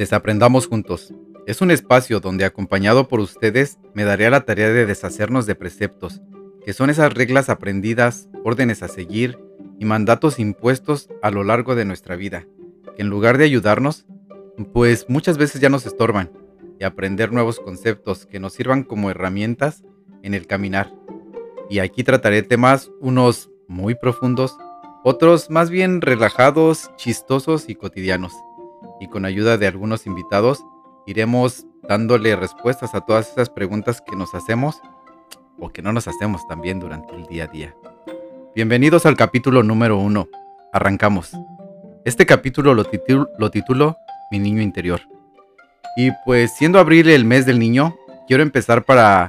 Desaprendamos juntos. Es un espacio donde, acompañado por ustedes, me daré a la tarea de deshacernos de preceptos, que son esas reglas aprendidas, órdenes a seguir y mandatos impuestos a lo largo de nuestra vida, que en lugar de ayudarnos, pues muchas veces ya nos estorban, y aprender nuevos conceptos que nos sirvan como herramientas en el caminar. Y aquí trataré temas, unos muy profundos, otros más bien relajados, chistosos y cotidianos. Y con ayuda de algunos invitados, iremos dándole respuestas a todas esas preguntas que nos hacemos o que no nos hacemos también durante el día a día. Bienvenidos al capítulo número 1. Arrancamos. Este capítulo lo titulo Mi niño interior. Y pues siendo abril el mes del niño, quiero empezar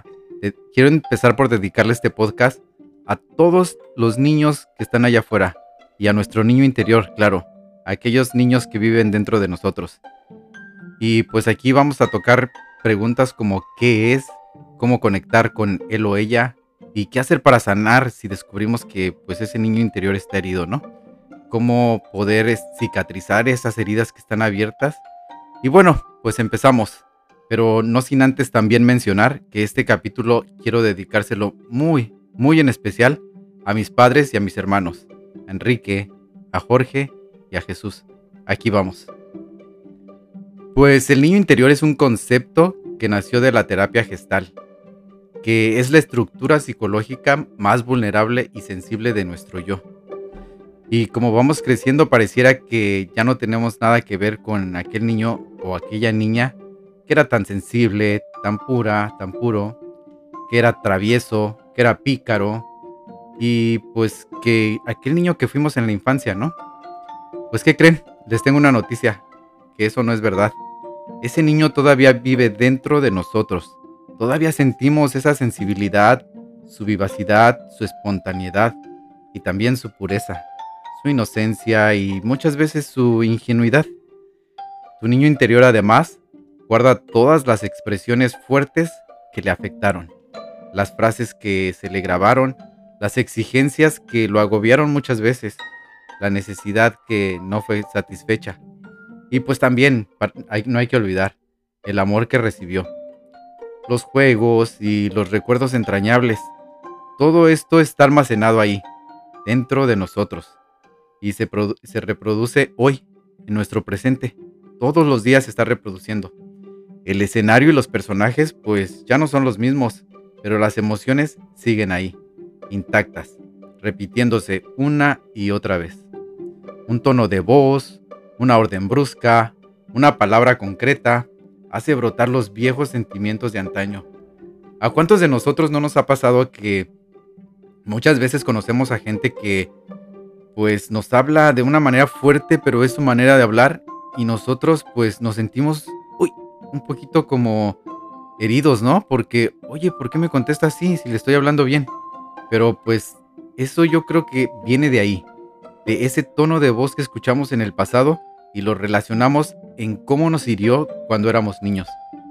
por dedicarle este podcast a todos los niños que están allá afuera y a nuestro niño interior, claro, a aquellos niños que viven dentro de nosotros. Y pues aquí vamos a tocar preguntas como ¿qué es? ¿Cómo conectar con él o ella? ¿Y qué hacer para sanar si descubrimos que pues ese niño interior está herido, ¿no? ¿Cómo poder cicatrizar esas heridas que están abiertas? Y bueno, pues empezamos, pero no sin antes también mencionar que este capítulo quiero dedicárselo muy, muy en especial a mis padres y a mis hermanos, a Enrique, a Jorge y a Jesús. Aquí vamos. Pues el niño interior es un concepto que nació de la terapia gestal, que es la estructura psicológica más vulnerable y sensible de nuestro yo. Y como vamos creciendo, pareciera que ya no tenemos nada que ver con aquel niño o aquella niña que era tan sensible, tan pura, tan puro, que era travieso, que era pícaro, y pues que aquel niño que fuimos en la infancia, ¿no? Pues ¿qué creen? Les tengo una noticia, que eso no es verdad. Ese niño todavía vive dentro de nosotros. Todavía sentimos esa sensibilidad, su vivacidad, su espontaneidad y también su pureza, su inocencia y muchas veces su ingenuidad. Tu niño interior además guarda todas las expresiones fuertes que le afectaron, las frases que se le grabaron, las exigencias que lo agobiaron muchas veces, la necesidad que no fue satisfecha. Y pues también, no hay que olvidar, el amor que recibió, los juegos y los recuerdos entrañables. Todo esto está almacenado ahí, dentro de nosotros, y se reproduce hoy, en nuestro presente. Todos los días se está reproduciendo. El escenario y los personajes pues ya no son los mismos, pero las emociones siguen ahí, intactas, repitiéndose una y otra vez. Un tono de voz, una orden brusca, una palabra concreta, hace brotar los viejos sentimientos de antaño. ¿A cuántos de nosotros no nos ha pasado que muchas veces conocemos a gente que pues nos habla de una manera fuerte, pero es su manera de hablar y nosotros pues nos sentimos un poquito como heridos, ¿no? Porque, oye, ¿por qué me contesta así si le estoy hablando bien? Pero pues eso yo creo que viene de ahí, de ese tono de voz que escuchamos en el pasado y lo relacionamos en cómo nos hirió cuando éramos niños.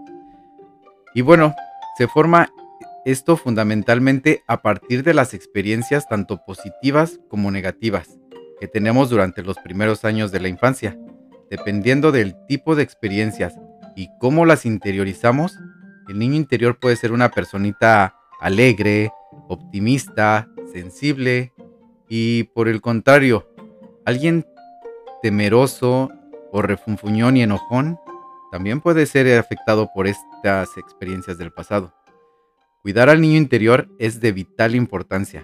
Y bueno, se forma esto fundamentalmente a partir de las experiencias tanto positivas como negativas que tenemos durante los primeros años de la infancia. Dependiendo del tipo de experiencias y cómo las interiorizamos, el niño interior puede ser una personita alegre, optimista, sensible y por el contrario, alguien temeroso o refunfuñón y enojón también puede ser afectado por estas experiencias del pasado. Cuidar al niño interior es de vital importancia.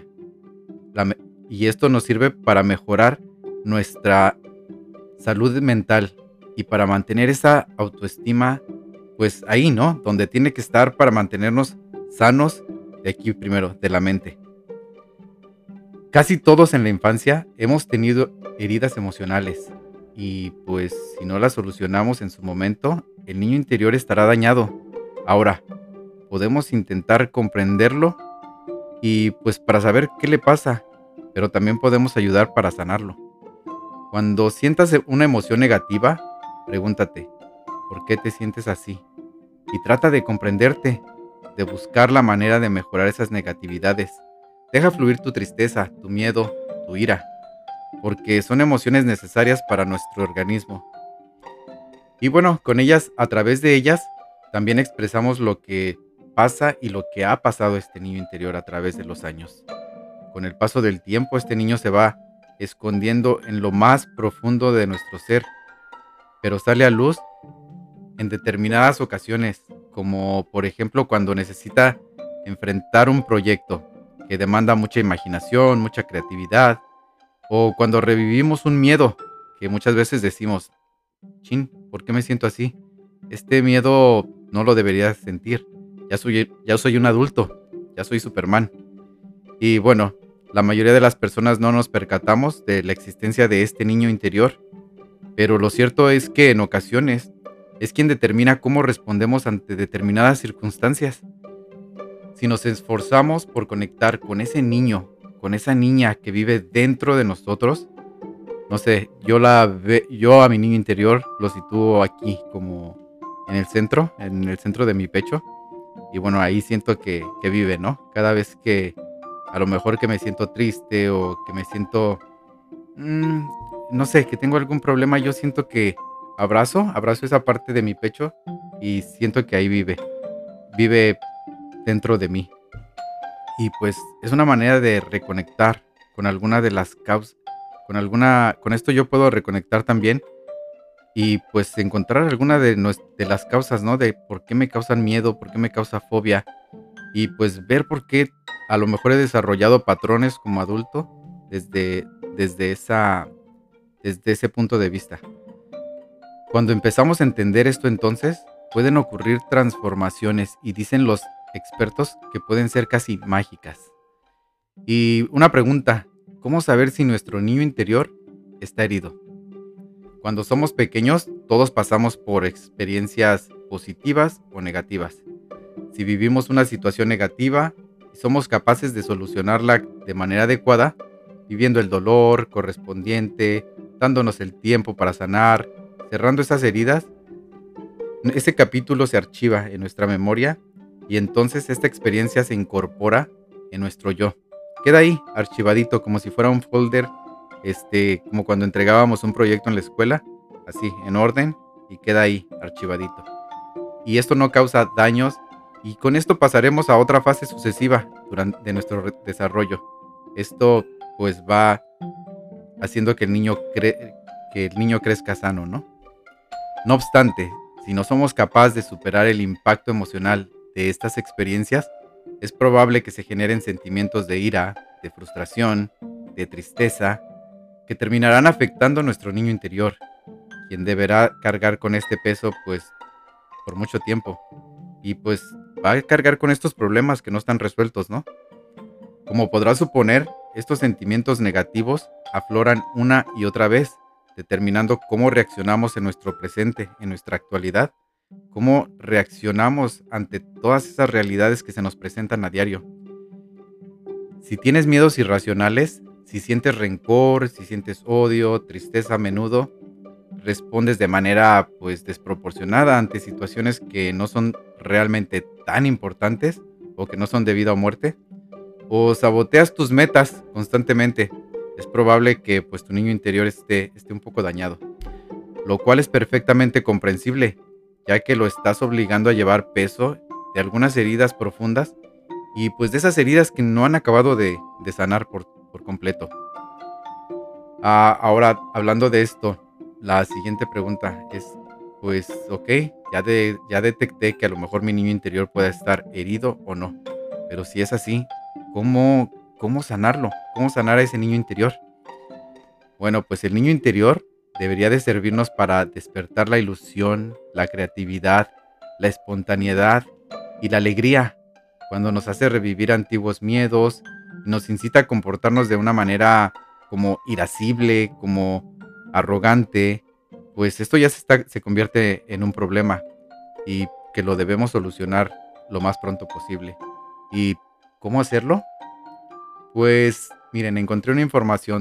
Y esto nos sirve para mejorar nuestra salud mental y para mantener esa autoestima, pues ahí, ¿no? Donde tiene que estar para mantenernos sanos de aquí primero, de la mente. Casi todos en la infancia hemos tenido heridas emocionales y pues si no las solucionamos en su momento, el niño interior estará dañado. Ahora, podemos intentar comprenderlo y pues para saber qué le pasa, pero también podemos ayudar para sanarlo. Cuando sientas una emoción negativa, pregúntate, ¿por qué te sientes así? Y trata de comprenderte, de buscar la manera de mejorar esas negatividades. Deja fluir tu tristeza, tu miedo, tu ira, porque son emociones necesarias para nuestro organismo. Y bueno, con ellas, a través de ellas, también expresamos lo que pasa y lo que ha pasado a este niño interior a través de los años. Con el paso del tiempo, este niño se va escondiendo en lo más profundo de nuestro ser, pero sale a luz en determinadas ocasiones, como por ejemplo cuando necesita enfrentar un proyecto que demanda mucha imaginación, mucha creatividad, o cuando revivimos un miedo que muchas veces decimos, chin, ¿por qué me siento así? Este miedo no lo debería sentir. Ya soy un adulto, ya soy Superman. Y bueno, la mayoría de las personas no nos percatamos de la existencia de este niño interior, pero lo cierto es que en ocasiones es quien determina cómo respondemos ante determinadas circunstancias. Si nos esforzamos por conectar con ese niño, con esa niña que vive dentro de nosotros, no sé, yo a mi niño interior lo sitúo aquí como en el centro de mi pecho. Y bueno, ahí siento que vive, ¿no? Cada vez que a lo mejor que me siento triste o que me siento, mm, no sé, que tengo algún problema, yo siento que abrazo esa parte de mi pecho y siento que ahí vive dentro de mí. Y pues es una manera de reconectar con alguna de las causas, con esto yo puedo reconectar también y pues encontrar alguna de las causas, ¿no? De por qué me causan miedo, por qué me causa fobia y pues ver por qué a lo mejor he desarrollado patrones como adulto desde, desde esa, desde ese punto de vista. Cuando empezamos a entender esto entonces, pueden ocurrir transformaciones y dicen los expertos que pueden ser casi mágicas. Y una pregunta, ¿cómo saber si nuestro niño interior está herido? Cuando somos pequeños, todos pasamos por experiencias positivas o negativas. Si vivimos una situación negativa y somos capaces de solucionarla de manera adecuada, viviendo el dolor correspondiente, dándonos el tiempo para sanar, cerrando esas heridas, ese capítulo se archiva en nuestra memoria y entonces esta experiencia se incorpora en nuestro yo. Queda ahí, archivadito, como si fuera un folder, como cuando entregábamos un proyecto en la escuela, así, en orden, y queda ahí, archivadito. Y esto no causa daños y con esto pasaremos a otra fase sucesiva durante de nuestro desarrollo. Esto pues va haciendo que el niño crezca sano, ¿no? No obstante, si no somos capaces de superar el impacto emocional de estas experiencias, es probable que se generen sentimientos de ira, de frustración, de tristeza, que terminarán afectando a nuestro niño interior, quien deberá cargar con este peso pues por mucho tiempo. Y pues va a cargar con estos problemas que no están resueltos, ¿no? Como podrás suponer, estos sentimientos negativos afloran una y otra vez, determinando cómo reaccionamos en nuestro presente, en nuestra actualidad, cómo reaccionamos ante todas esas realidades que se nos presentan a diario. Si tienes miedos irracionales, si sientes rencor, si sientes odio, tristeza a menudo, respondes de manera pues desproporcionada ante situaciones que no son realmente tan importantes o que no son de vida o muerte, o saboteas tus metas constantemente, es probable que pues tu niño interior esté un poco dañado, lo cual es perfectamente comprensible, ya que lo estás obligando a llevar peso de algunas heridas profundas y pues de esas heridas que no han acabado de sanar por completo. Ahora, hablando de esto, la siguiente pregunta es, pues, ok, ya detecté que a lo mejor mi niño interior puede estar herido o no, pero si es así, ¿cómo sanarlo? ¿Cómo sanar a ese niño interior? Bueno, pues el niño interior debería de servirnos para despertar la ilusión, la creatividad, la espontaneidad y la alegría, cuando nos hace revivir antiguos miedos y nos incita a comportarnos de una manera como irascible, como arrogante, pues esto ya se convierte en un problema y que lo debemos solucionar lo más pronto posible. ¿Y cómo hacerlo? Pues miren, encontré una información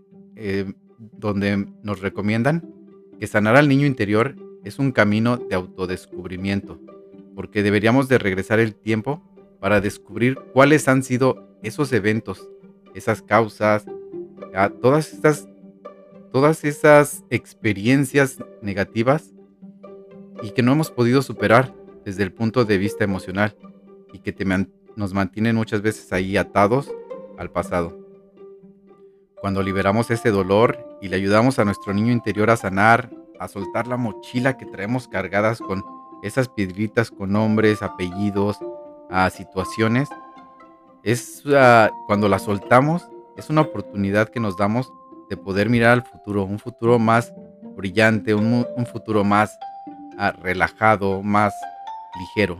donde nos recomiendan que sanar al niño interior es un camino de autodescubrimiento, porque deberíamos de regresar el tiempo para descubrir cuáles han sido esos eventos, esas causas, a todas esas experiencias negativas y que no hemos podido superar desde el punto de vista emocional y que nos mantienen muchas veces ahí atados al pasado. Cuando liberamos ese dolor y le ayudamos a nuestro niño interior a sanar, a soltar la mochila que traemos cargadas con esas piedritas con nombres, apellidos, a situaciones, cuando la soltamos, es una oportunidad que nos damos de poder mirar al futuro, un futuro más brillante, un futuro más relajado, más ligero.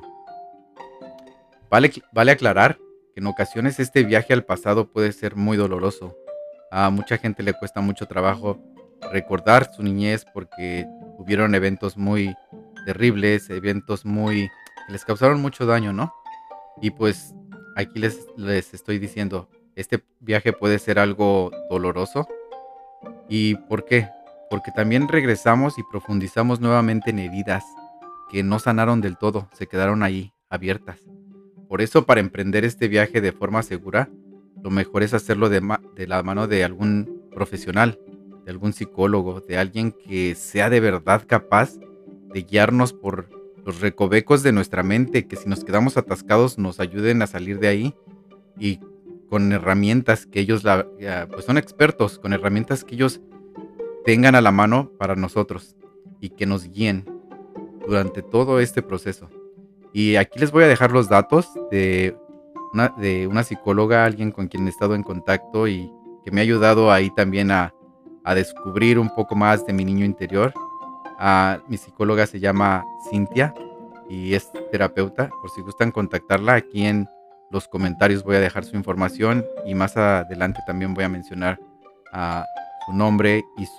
Vale aclarar que en ocasiones este viaje al pasado puede ser muy doloroso. A mucha gente le cuesta mucho trabajo recordar su niñez porque hubieron eventos muy terribles, eventos que les causaron mucho daño, ¿no? Y pues aquí les estoy diciendo, este viaje puede ser algo doloroso. ¿Y por qué? Porque también regresamos y profundizamos nuevamente en heridas que no sanaron del todo, se quedaron ahí, abiertas. Por eso, para emprender este viaje de forma segura, lo mejor es hacerlo de la mano de algún profesional, de algún psicólogo, de alguien que sea de verdad capaz de guiarnos por los recovecos de nuestra mente, que si nos quedamos atascados nos ayuden a salir de ahí y con herramientas que ellos pues son expertos, con herramientas que ellos tengan a la mano para nosotros y que nos guíen durante todo este proceso. Y aquí les voy a dejar los datos de una psicóloga, alguien con quien he estado en contacto y que me ha ayudado ahí también a descubrir un poco más de mi niño interior. Mi psicóloga se llama Cintia y es terapeuta. Por si gustan contactarla, aquí en los comentarios voy a dejar su información y más adelante también voy a mencionar su nombre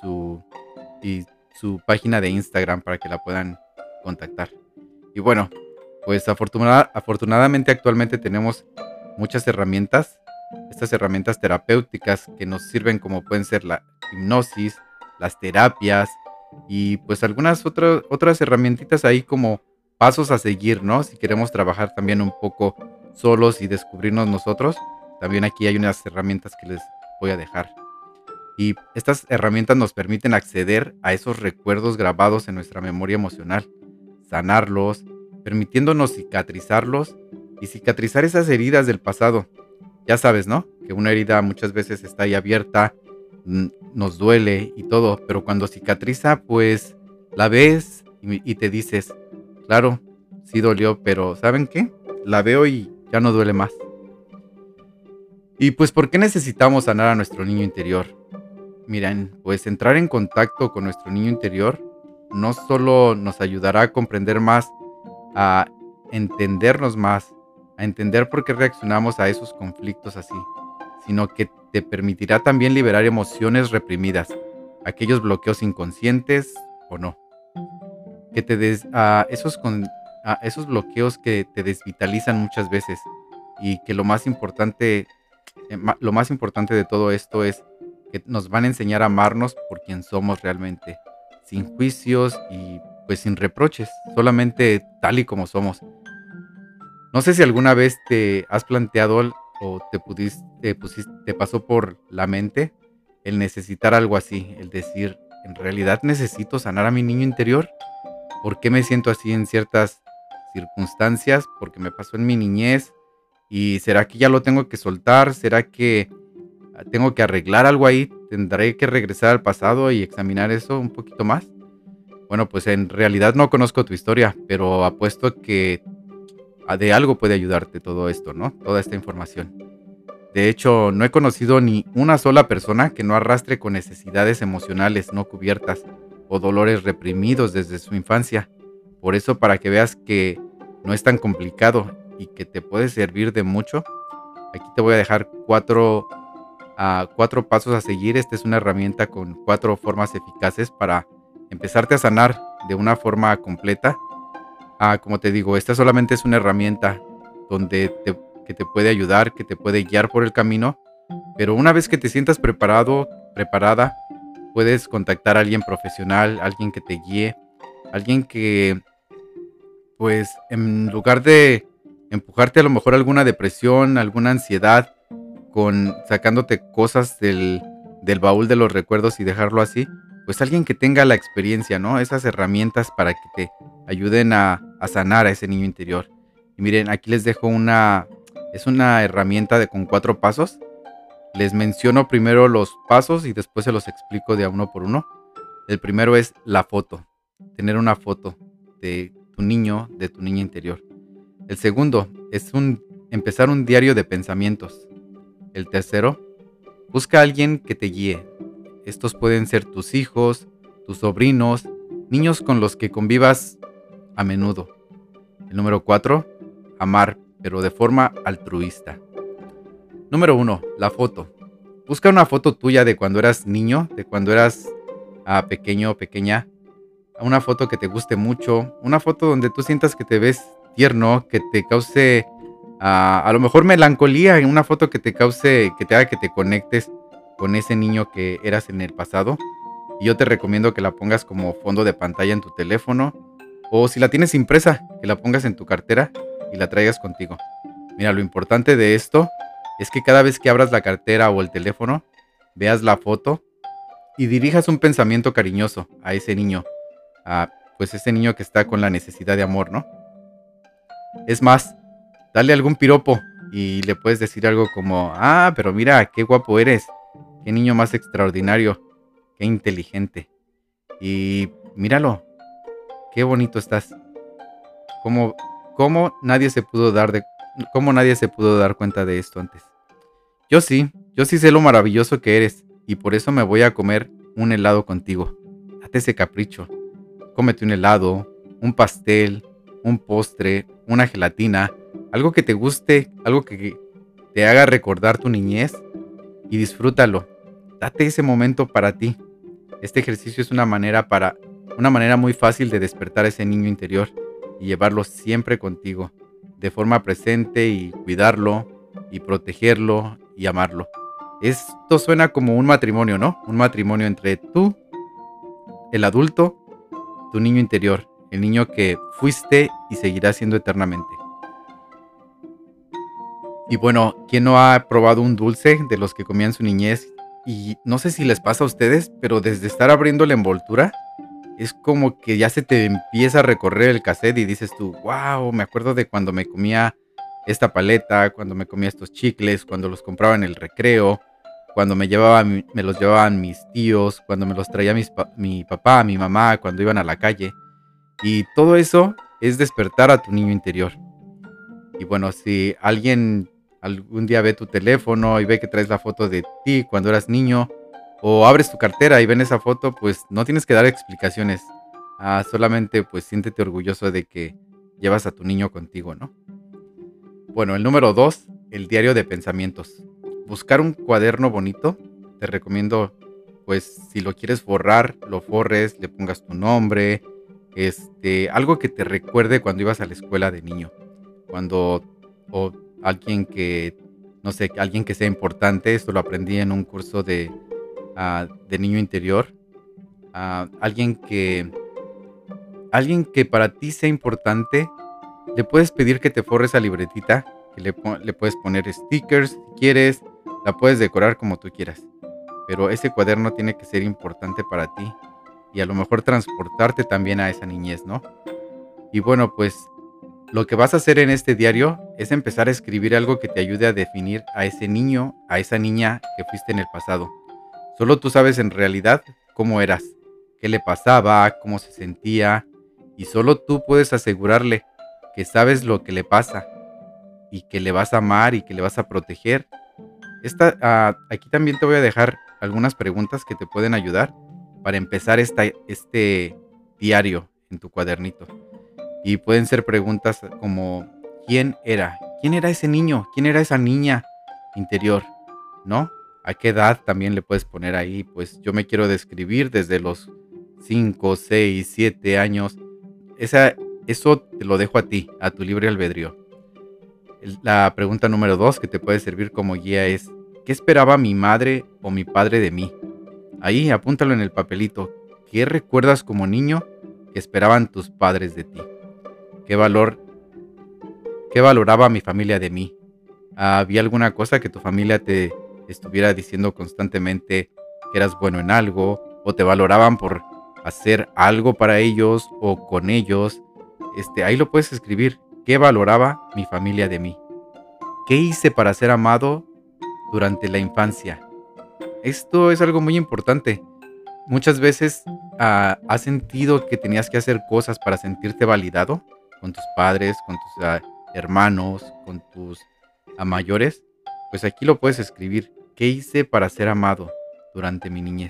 y su página de Instagram para que la puedan contactar. Y bueno, pues afortunadamente actualmente tenemos muchas herramientas, estas herramientas terapéuticas que nos sirven como pueden ser la hipnosis, las terapias y pues algunas otras herramientitas ahí como pasos a seguir, ¿no? Si queremos trabajar también un poco solos y descubrirnos nosotros, también aquí hay unas herramientas que les voy a dejar. Y estas herramientas nos permiten acceder a esos recuerdos grabados en nuestra memoria emocional, sanarlos, permitiéndonos cicatrizarlos y cicatrizar esas heridas del pasado. Ya sabes, ¿no? Que una herida muchas veces está ahí abierta, nos duele y todo, pero cuando cicatriza, pues la ves y te dices, claro, sí dolió, pero ¿saben qué? La veo y ya no duele más. Y pues, ¿por qué necesitamos sanar a nuestro niño interior? Miren, pues entrar en contacto con nuestro niño interior no solo nos ayudará a comprender más, a entendernos más, a entender por qué reaccionamos a esos conflictos así, sino que te permitirá también liberar emociones reprimidas, aquellos bloqueos inconscientes o no, que te des a esos bloqueos que te desvitalizan muchas veces y que lo más importante de todo esto es que nos van a enseñar a amarnos por quien somos realmente, sin juicios y pues sin reproches, solamente tal y como somos. No sé si alguna vez te has planteado o te pasó por la mente el necesitar algo así, el decir, ¿en realidad necesito sanar a mi niño interior? ¿Por qué me siento así en ciertas circunstancias? ¿Porque me pasó en mi niñez? ¿Y será que ya lo tengo que soltar? ¿Será que tengo que arreglar algo ahí? ¿Tendré que regresar al pasado y examinar eso un poquito más? Bueno, pues en realidad no conozco tu historia, pero apuesto que de algo puede ayudarte todo esto, ¿no? Toda esta información. De hecho, no he conocido ni una sola persona que no arrastre con necesidades emocionales no cubiertas o dolores reprimidos desde su infancia. Por eso, para que veas que no es tan complicado y que te puede servir de mucho, aquí te voy a dejar cuatro pasos a seguir. Esta es una herramienta con 4 formas eficaces para empezarte a sanar de una forma completa. Como te digo, esta solamente es una herramienta que te puede ayudar, que te puede guiar por el camino, pero una vez que te sientas preparado, preparada, puedes contactar a alguien profesional, alguien que te guíe, alguien que, pues, en lugar de empujarte a lo mejor a alguna depresión, alguna ansiedad, sacándote cosas del baúl de los recuerdos y dejarlo así, pues alguien que tenga la experiencia, ¿no? Esas herramientas para que te ayuden a sanar a ese niño interior. Y miren, aquí les dejo es una herramienta con 4 pasos. Les menciono primero los pasos y después se los explico de a uno por uno. El primero es la foto, tener una foto de tu niño, de tu niña interior. El segundo es empezar un diario de pensamientos. El tercero, busca a alguien que te guíe. Estos pueden ser tus hijos, tus sobrinos, niños con los que convivas a menudo. El número 4, amar, pero de forma altruista. Número 1, la foto. Busca una foto tuya de cuando eras niño, de cuando eras pequeño o pequeña. Una foto que te guste mucho, una foto donde tú sientas que te ves tierno, que te cause a lo mejor melancolía, una foto que te cause, que te haga que te conectes con ese niño que eras en el pasado. Y yo te recomiendo que la pongas como fondo de pantalla en tu teléfono, o si la tienes impresa, que la pongas en tu cartera y la traigas contigo. Mira, lo importante de esto es que cada vez que abras la cartera o el teléfono, veas la foto y dirijas un pensamiento cariñoso a ese niño, a pues ese niño que está con la necesidad de amor, ¿no? Es más, dale algún piropo y le puedes decir algo como, pero mira, qué guapo eres, qué niño más extraordinario, qué inteligente. Y míralo, qué bonito estás. ¿Cómo, cómo nadie se pudo dar cuenta de esto antes? Yo sí sé lo maravilloso que eres y por eso me voy a comer un helado contigo. Date ese capricho. Cómete un helado, un pastel, un postre, una gelatina, algo que te guste, algo que te haga recordar tu niñez y disfrútalo. Date ese momento para ti. Este ejercicio es una manera muy fácil de despertar a ese niño interior y llevarlo siempre contigo, de forma presente y cuidarlo y protegerlo y amarlo. Esto suena como un matrimonio, ¿no? Un matrimonio entre tú, el adulto, tu niño interior, el niño que fuiste y seguirás siendo eternamente. Y bueno, ¿quién no ha probado un dulce de los que comían en su niñez? Y no sé si les pasa a ustedes, pero desde estar abriendo la envoltura, es como que ya se te empieza a recorrer el cassette y dices tú, wow, me acuerdo de cuando me comía esta paleta, cuando me comía estos chicles, cuando los compraba en el recreo, cuando me los llevaban mis tíos, cuando me los traía mi papá, mi mamá, cuando iban a la calle. Y todo eso es despertar a tu niño interior. Y bueno, si alguien algún día ve tu teléfono y ve que traes la foto de ti cuando eras niño, o abres tu cartera y ven esa foto, pues no tienes que dar explicaciones. Solamente pues siéntete orgulloso de que llevas a tu niño contigo, ¿no? Bueno, el número 2, el diario de pensamientos. Buscar un cuaderno bonito. Te recomiendo, pues, si lo quieres forrar, lo forres, le pongas tu nombre, algo que te recuerde cuando ibas a la escuela de niño. O alguien que, no sé, alguien que sea importante. Esto lo aprendí en un curso de niño interior. Ah, alguien que para ti sea importante, le puedes pedir que te forre esa libretita, que le puedes poner stickers si quieres, la puedes decorar como tú quieras. Pero ese cuaderno tiene que ser importante para ti y a lo mejor transportarte también a esa niñez, ¿no? Y bueno, pues lo que vas a hacer en este diario es empezar a escribir algo que te ayude a definir a ese niño, a esa niña que fuiste en el pasado. Solo tú sabes en realidad cómo eras, qué le pasaba, cómo se sentía, y solo tú puedes asegurarle que sabes lo que le pasa y que le vas a amar y que le vas a proteger. Aquí también te voy a dejar algunas preguntas que te pueden ayudar para empezar este diario en tu cuadernito. Y pueden ser preguntas como ¿quién era? ¿Quién era ese niño? ¿Quién era esa niña interior? ¿No? ¿A qué edad también le puedes poner ahí? Pues yo me quiero describir desde los 5, 6, 7 años. Eso te lo dejo a ti, a tu libre albedrío. La pregunta número 2 que te puede servir como guía es ¿qué esperaba mi madre o mi padre de mí? Ahí, apúntalo en el papelito. ¿Qué recuerdas como niño que esperaban tus padres de ti? ¿Qué valoraba mi familia de mí? ¿Había alguna cosa que tu familia te estuviera diciendo constantemente que eras bueno en algo? ¿O te valoraban por hacer algo para ellos o con ellos? ahí lo puedes escribir. ¿Qué valoraba mi familia de mí? ¿Qué hice para ser amado durante la infancia? Esto es algo muy importante. Muchas veces has sentido que tenías que hacer cosas para sentirte validado con tus padres, con tus hermanos, con tus mayores. Pues aquí lo puedes escribir. ¿Qué hice para ser amado durante mi niñez?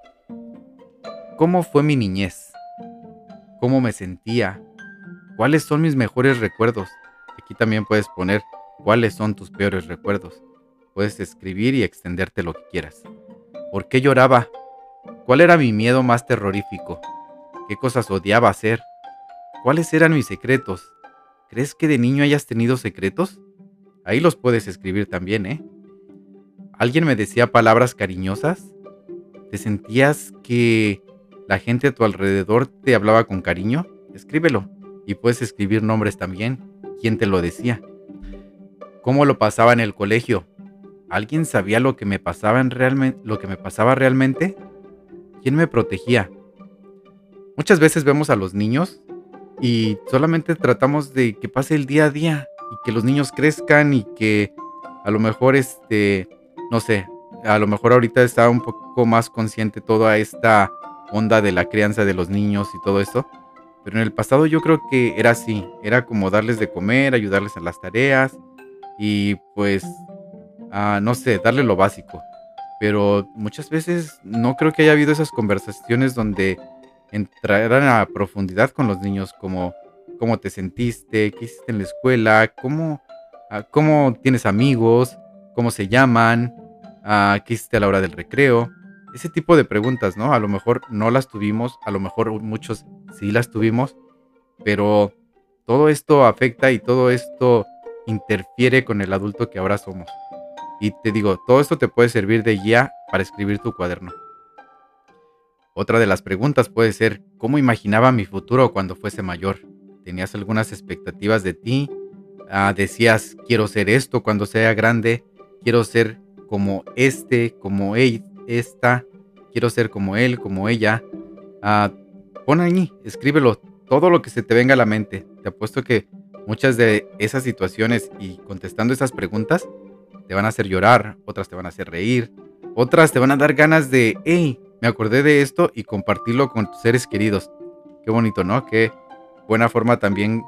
¿Cómo fue mi niñez? ¿Cómo me sentía? ¿Cuáles son mis mejores recuerdos? Aquí también puedes poner cuáles son tus peores recuerdos. Puedes escribir y extenderte lo que quieras. ¿Por qué lloraba? ¿Cuál era mi miedo más terrorífico? ¿Qué cosas odiaba hacer? ¿Cuáles eran mis secretos? ¿Crees que de niño hayas tenido secretos? Ahí los puedes escribir también, ¿eh? ¿Alguien me decía palabras cariñosas? ¿Te sentías que la gente a tu alrededor te hablaba con cariño? Escríbelo. Y puedes escribir nombres también. ¿Quién te lo decía? ¿Cómo lo pasaba en el colegio? ¿Alguien sabía lo que me pasaba realmente? ¿Quién me protegía? Muchas veces vemos a los niños y solamente tratamos de que pase el día a día y que los niños crezcan y que a lo mejor no sé, a lo mejor ahorita está un poco más consciente toda esta onda de la crianza de los niños y todo eso, pero en el pasado yo creo que era así, era como darles de comer, ayudarles en las tareas y pues no sé, darle lo básico. Pero muchas veces no creo que haya habido esas conversaciones donde entraran a profundidad con los niños, como cómo te sentiste, qué hiciste en la escuela, cómo tienes amigos, cómo se llaman, qué hiciste a la hora del recreo. Ese tipo de preguntas, ¿no? A lo mejor no las tuvimos, a lo mejor muchos sí las tuvimos, pero todo esto afecta y todo esto interfiere con el adulto que ahora somos. Y te digo, todo esto te puede servir de guía para escribir tu cuaderno. Otra de las preguntas puede ser, ¿cómo imaginaba mi futuro cuando fuese mayor? ¿Tenías algunas expectativas de ti? Decías, quiero ser esto cuando sea grande, quiero ser como como esta, quiero ser como él, como ella. Ah, Pon ahí, escríbelo, todo lo que se te venga a la mente. Te apuesto que muchas de esas situaciones y contestando esas preguntas te van a hacer llorar, otras te van a hacer reír, otras te van a dar ganas de, hey, me acordé de esto y compartirlo con tus seres queridos. Qué bonito, ¿no? Qué buena forma también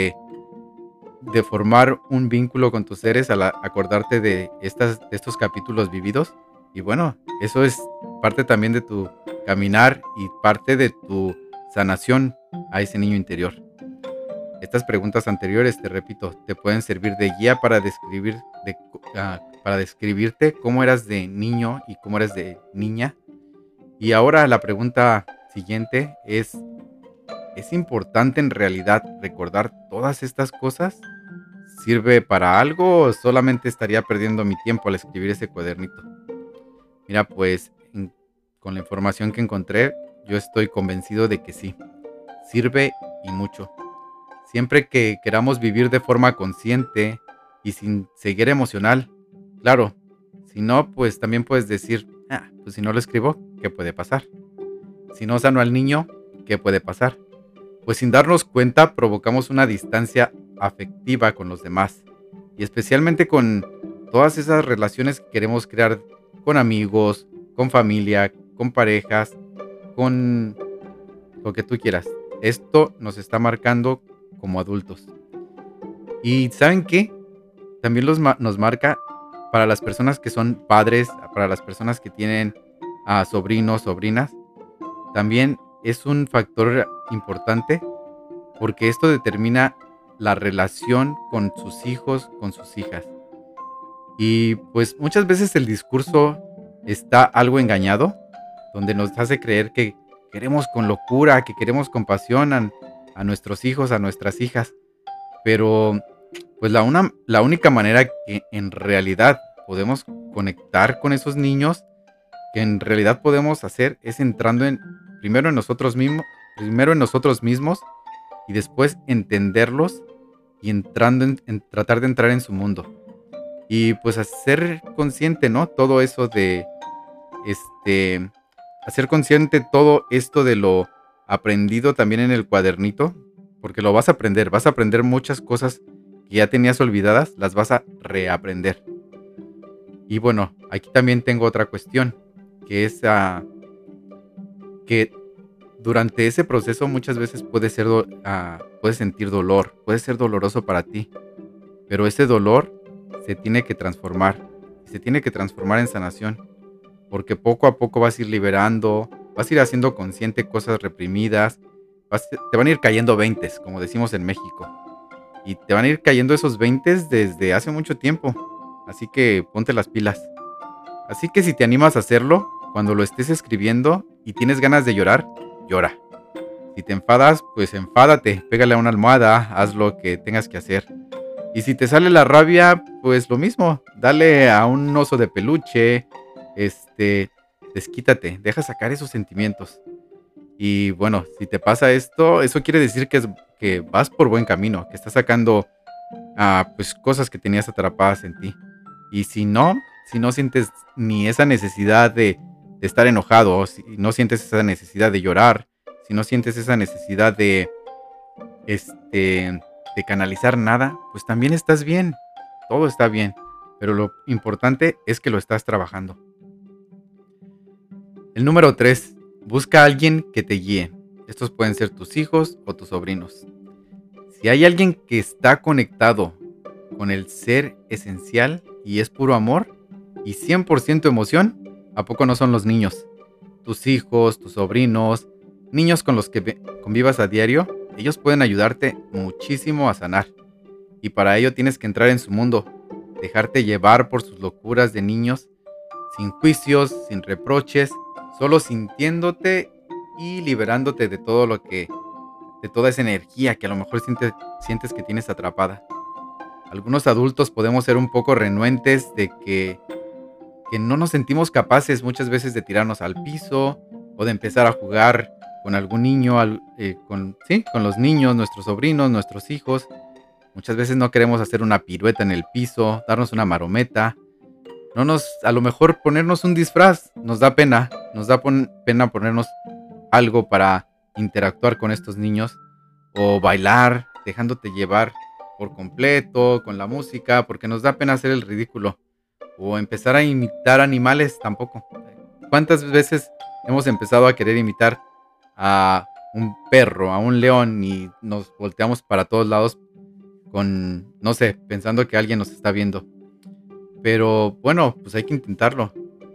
de formar un vínculo con tus seres al acordarte de estos capítulos vividos. Y bueno, eso es parte también de tu caminar y parte de tu sanación a ese niño interior. Estas preguntas anteriores, te repito, te pueden servir de guía para describirte cómo eras de niño y cómo eras de niña. Y ahora la pregunta siguiente ¿es importante en realidad recordar todas estas cosas? ¿Sirve para algo o solamente estaría perdiendo mi tiempo al escribir ese cuadernito? Mira, pues con la información que encontré, yo estoy convencido de que sí, sirve y mucho. Siempre que queramos vivir de forma consciente y sin ceguera emocional, claro, si no, pues también puedes decir, pues si no lo escribo, ¿qué puede pasar? Si no sano al niño, ¿qué puede pasar? Pues sin darnos cuenta provocamos una distancia afectiva con los demás y especialmente con todas esas relaciones que queremos crear con amigos, con familia, con parejas, con lo que tú quieras. Esto nos está marcando como adultos. ¿Y saben qué? También nos marca para las personas que son padres, para las personas que tienen sobrinos, sobrinas. También es un factor importante porque esto determina la relación con sus hijos, con sus hijas. Y pues muchas veces el discurso está algo engañado, donde nos hace creer que queremos con locura, que queremos con pasión a nuestros hijos, a nuestras hijas. Pero pues la única manera que en realidad podemos conectar con esos niños, que en realidad podemos hacer, es entrando primero en nosotros mismos y después entenderlos y entrando en tratar de entrar en su mundo. Y pues hacer consciente, ¿no? Todo eso de hacer consciente todo esto de lo aprendido también en el cuadernito, porque lo vas a aprender muchas cosas que ya tenías olvidadas, las vas a reaprender. Y bueno, aquí también tengo otra cuestión, que es que durante ese proceso muchas veces puedes sentir dolor, puede ser doloroso para ti, pero ese dolor se tiene que transformar, se tiene que transformar en sanación, porque poco a poco vas a ir liberando, vas a ir haciendo consciente cosas reprimidas, te van a ir cayendo veintes, como decimos en México, y te van a ir cayendo esos veintes desde hace mucho tiempo, así que ponte las pilas. Así que si te animas a hacerlo, cuando lo estés escribiendo y tienes ganas de llorar, llora. Si te enfadas, pues enfádate, pégale a una almohada, haz lo que tengas que hacer. Y si te sale la rabia, pues lo mismo, dale a un oso de peluche, desquítate, deja sacar esos sentimientos. Y bueno, si te pasa esto, eso quiere decir que vas por buen camino, que estás sacando pues cosas que tenías atrapadas en ti. Y si no sientes ni esa necesidad de estar enojado, si no sientes esa necesidad de llorar, si no sientes esa necesidad de canalizar nada, pues también estás bien, todo está bien, pero lo importante es que lo estás trabajando. El número 3, busca a alguien que te guíe. Estos pueden ser tus hijos o tus sobrinos. Si hay alguien que está conectado con el ser esencial y es puro amor y 100% emoción, ¿a poco no son los niños? Tus hijos, tus sobrinos, niños con los que convivas a diario, ellos pueden ayudarte muchísimo a sanar. Y para ello tienes que entrar en su mundo, dejarte llevar por sus locuras de niños, sin juicios, sin reproches, solo sintiéndote y liberándote de de toda esa energía que a lo mejor sientes que tienes atrapada. Algunos adultos podemos ser un poco renuentes de que no nos sentimos capaces muchas veces de tirarnos al piso o de empezar a jugar con algún niño, con los niños, nuestros sobrinos, nuestros hijos. Muchas veces no queremos hacer una pirueta en el piso, darnos una marometa. A lo mejor ponernos un disfraz, nos da pena, pena ponernos algo para interactuar con estos niños o bailar, dejándote llevar por completo con la música, porque nos da pena hacer el ridículo o empezar a imitar animales tampoco. ¿Cuántas veces hemos empezado a querer imitar a un perro, a un león y nos volteamos para todos lados no sé, pensando que alguien nos está viendo? Pero bueno, pues hay que intentarlo.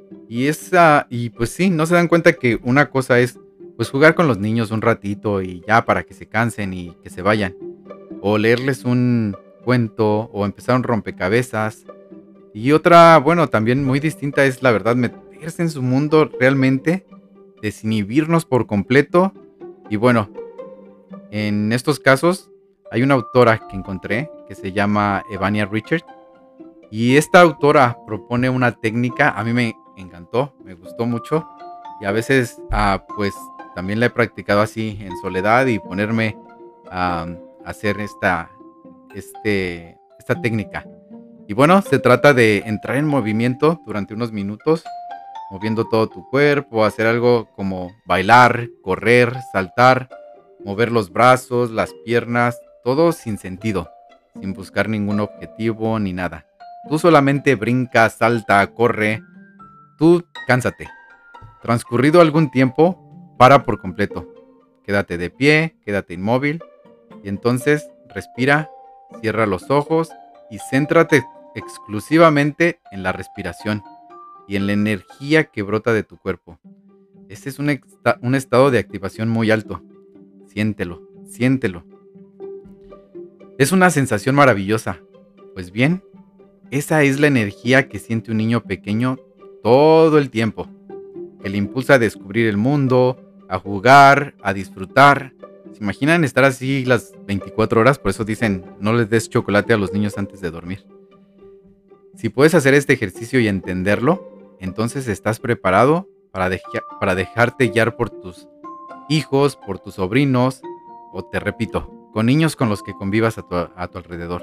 Y pues sí, no se dan cuenta que una cosa es pues jugar con los niños un ratito y ya para que se cansen y que se vayan. O leerles un cuento o empezar un rompecabezas. Y otra, bueno, también muy distinta es la verdad meterse en su mundo realmente, desinhibirnos por completo. Y bueno, en estos casos hay una autora que encontré que se llama Evania Richard. Y esta autora propone una técnica, a mí me encantó, me gustó mucho. Y a veces, pues también la he practicado así en soledad y ponerme a hacer esta técnica. Y bueno, se trata de entrar en movimiento durante unos minutos, moviendo todo tu cuerpo, hacer algo como bailar, correr, saltar, mover los brazos, las piernas, todo sin sentido, sin buscar ningún objetivo ni nada. Tú solamente brinca, salta, corre. Tú cánsate. Transcurrido algún tiempo, para por completo. Quédate de pie, quédate inmóvil. Y entonces respira, cierra los ojos y céntrate exclusivamente en la respiración y en la energía que brota de tu cuerpo. Este es un estado de activación muy alto. Siéntelo, siéntelo. Es una sensación maravillosa. Pues bien, esa es la energía que siente un niño pequeño todo el tiempo, que le impulsa a descubrir el mundo, a jugar, a disfrutar. ¿Se imaginan estar así las 24 horas? Por eso dicen, no les des chocolate a los niños antes de dormir. Si puedes hacer este ejercicio y entenderlo, entonces estás preparado para dejarte guiar por tus hijos, por tus sobrinos, o te repito, con niños con los que convivas a tu alrededor.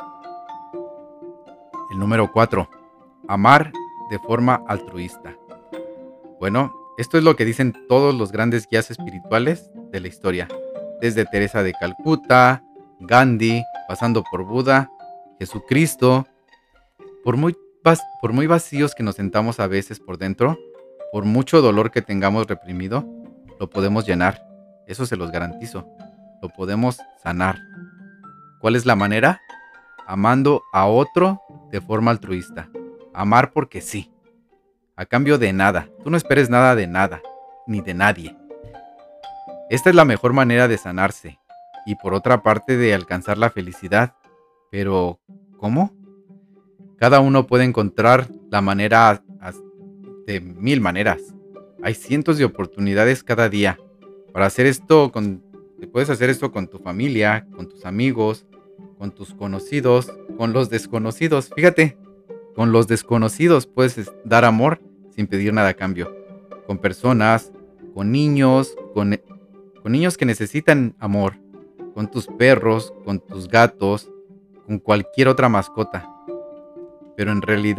El número 4. Amar de forma altruista. Bueno, esto es lo que dicen todos los grandes guías espirituales de la historia. desde Teresa de Calcuta, Gandhi, pasando por Buda, Jesucristo. Por muy vacíos que nos sentamos a veces por dentro, por mucho dolor que tengamos reprimido, lo podemos llenar. Eso se los garantizo. Lo podemos sanar. ¿Cuál es la manera? Amando a otro de forma altruista. Amar porque sí, a cambio de nada. Tú no esperes nada de nada, ni de nadie. Esta es la mejor manera de sanarse y por otra parte de alcanzar la felicidad. Pero, ¿cómo? Cada uno puede encontrar la manera de mil maneras. Hay cientos de oportunidades cada día. Para hacer esto puedes hacer esto con tu familia, con tus amigos, con tus conocidos, con los desconocidos. Fíjate, con los desconocidos puedes dar amor sin pedir nada a cambio. Con personas, con niños, con niños que necesitan amor, con tus perros, con tus gatos, con cualquier otra mascota. Pero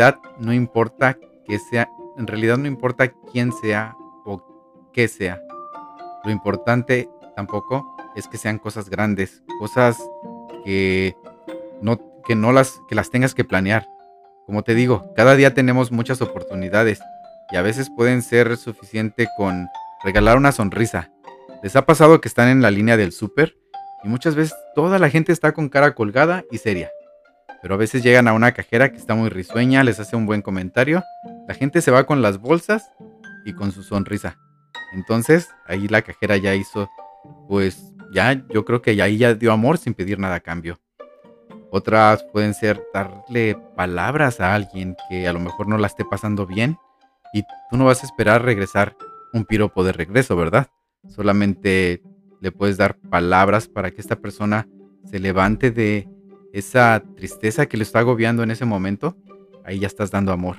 en realidad no importa quién sea o qué sea. Lo importante tampoco es que sean cosas grandes, cosas que que las tengas que planear. Como te digo, cada día tenemos muchas oportunidades y a veces pueden ser suficiente con regalar una sonrisa. ¿Les ha pasado que están en la línea del súper y muchas veces toda la gente está con cara colgada y seria? Pero a veces llegan a una cajera que está muy risueña, les hace un buen comentario, la gente se va con las bolsas y con su sonrisa. Entonces, ahí la cajera ya hizo, pues ya, yo creo que ahí ya dio amor sin pedir nada a cambio. Otras pueden ser darle palabras a alguien que a lo mejor no la esté pasando bien y tú no vas a esperar regresar un piropo de regreso, ¿verdad? Solamente le puedes dar palabras para que esta persona se levante de esa tristeza que le está agobiando en ese momento. Ahí ya estás dando amor.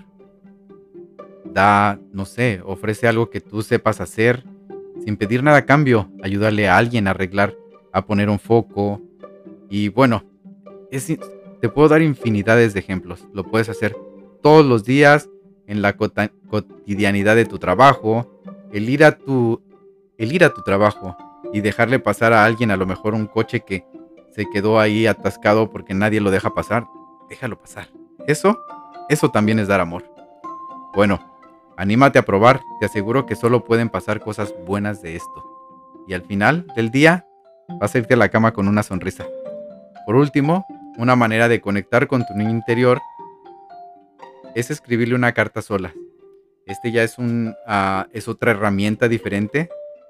No sé, ofrece algo que tú sepas hacer sin pedir nada a cambio. Ayúdale a alguien a arreglar, a poner un foco. Y bueno, te puedo dar infinidades de ejemplos. Lo puedes hacer todos los días en la cotidianidad de tu trabajo. El ir a tu trabajo y dejarle pasar a alguien a lo mejor un coche que se quedó ahí atascado porque nadie lo deja pasar. Déjalo pasar. Eso también es dar amor. Bueno, anímate a probar. Te aseguro que solo pueden pasar cosas buenas de esto. Y al final del día vas a irte a la cama con una sonrisa. Por último, una manera de conectar con tu niño interior es escribirle una carta sola. Este ya es otra herramienta diferente.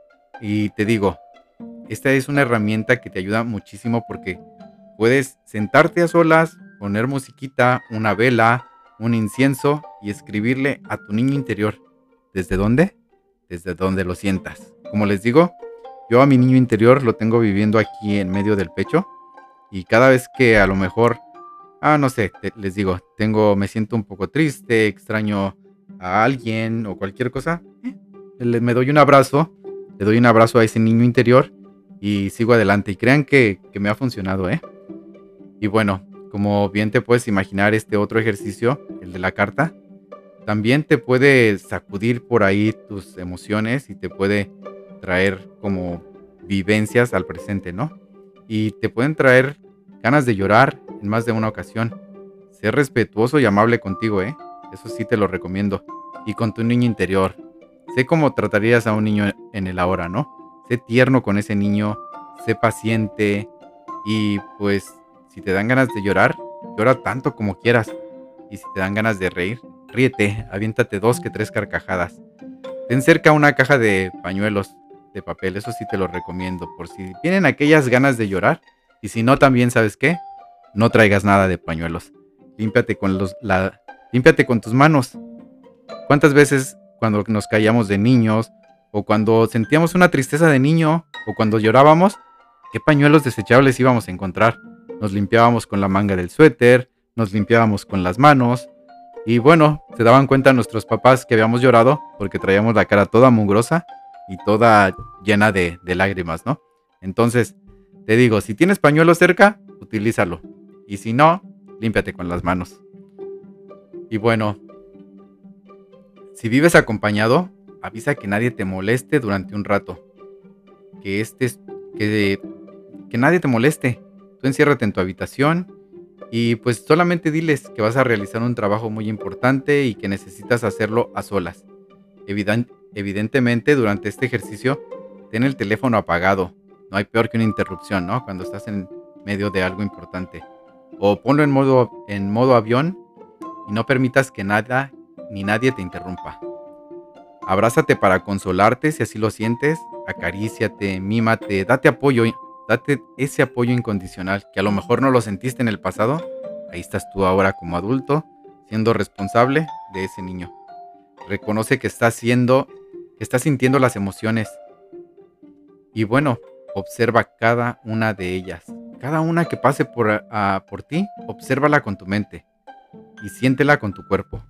Y te digo, esta es una herramienta que te ayuda muchísimo porque puedes sentarte a solas, poner musiquita, una vela, un incienso y escribirle a tu niño interior. ¿Desde dónde? Desde donde lo sientas. Como les digo, yo a mi niño interior lo tengo viviendo aquí en medio del pecho. Y cada vez que a lo mejor, no sé, les digo, me siento un poco triste, extraño a alguien o cualquier cosa, me doy un abrazo, le doy un abrazo a ese niño interior y sigo adelante. Y crean que me ha funcionado, ¿eh? Y bueno, como bien te puedes imaginar, este otro ejercicio, el de la carta, también te puede sacudir por ahí tus emociones y te puede traer como vivencias al presente, ¿no? Y te pueden traer ganas de llorar en más de una ocasión. Sé respetuoso y amable contigo, ¿eh? Eso sí te lo recomiendo. Y con tu niño interior. Sé cómo tratarías a un niño en el ahora, ¿no? Sé tierno con ese niño, sé paciente y pues si te dan ganas de llorar, llora tanto como quieras. Y si te dan ganas de reír, ríete, aviéntate 2 que 3 carcajadas. Ten cerca una caja de pañuelos de papel, eso sí te lo recomiendo, por si vienen aquellas ganas de llorar. Y si no, también, ¿sabes qué? No traigas nada de pañuelos. Límpiate límpiate con tus manos. ¿Cuántas veces cuando nos caíamos de niños, o cuando sentíamos una tristeza de niño, o cuando llorábamos, qué pañuelos desechables íbamos a encontrar? Nos limpiábamos con la manga del suéter, nos limpiábamos con las manos, y bueno, se daban cuenta nuestros papás que habíamos llorado porque traíamos la cara toda mugrosa y toda llena de lágrimas, ¿no? Entonces, te digo, si tienes pañuelo cerca, utilízalo. Y si no, límpiate con las manos. Y bueno, si vives acompañado, avisa que nadie te moleste durante un rato. Que que nadie te moleste. Tú enciérrate en tu habitación y pues solamente diles que vas a realizar un trabajo muy importante y que necesitas hacerlo a solas. Evidentemente, durante este ejercicio, ten el teléfono apagado. No hay peor que una interrupción, ¿no? Cuando estás en medio de algo importante. O ponlo en modo avión y no permitas que nada ni nadie te interrumpa. Abrázate para consolarte si así lo sientes. Acaríciate, mímate, date apoyo, date ese apoyo incondicional que a lo mejor no lo sentiste en el pasado. Ahí estás tú ahora como adulto, siendo responsable de ese niño. Reconoce que estás sintiendo las emociones. Y bueno, observa cada una de ellas. Cada una que pase por ti, obsérvala con tu mente y siéntela con tu cuerpo.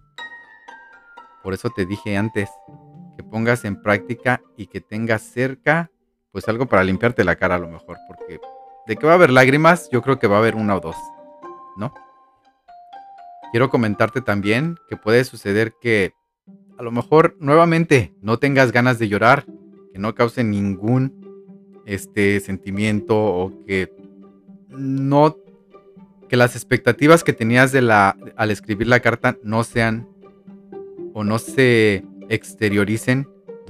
Por eso te dije antes que pongas en práctica y que tengas cerca pues algo para limpiarte la cara a lo mejor, porque de que va a haber lágrimas, yo creo que va a haber una o dos, ¿no? Quiero comentarte también que puede suceder que a lo mejor nuevamente no tengas ganas de llorar, que no cause ningún sentimiento o no que las expectativas que tenías al escribir la carta no sean o no se exterioricen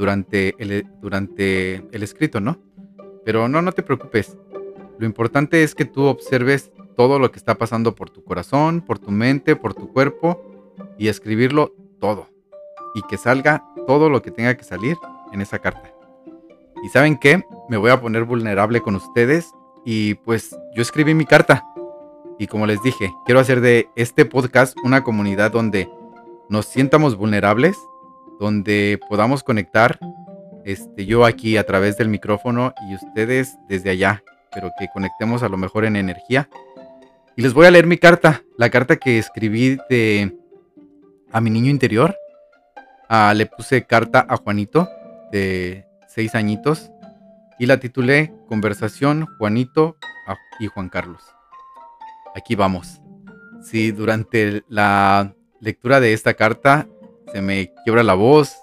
durante el escrito, ¿no? Pero no te preocupes. Lo importante es que tú observes todo lo que está pasando por tu corazón, por tu mente, por tu cuerpo y escribirlo todo. Y que salga todo lo que tenga que salir en esa carta. ¿Y saben qué? Me voy a poner vulnerable con ustedes y pues yo escribí mi carta. Y como les dije, quiero hacer de este podcast una comunidad donde nos sientamos vulnerables, donde podamos conectar, yo aquí a través del micrófono y ustedes desde allá, pero que conectemos a lo mejor en energía. Y les voy a leer mi carta, la carta que escribí a mi niño interior. Le puse carta a Juanito, de 6 añitos, y la titulé Conversación Juanito y Juan Carlos. Aquí vamos. Si durante la lectura de esta carta se me quiebra la voz,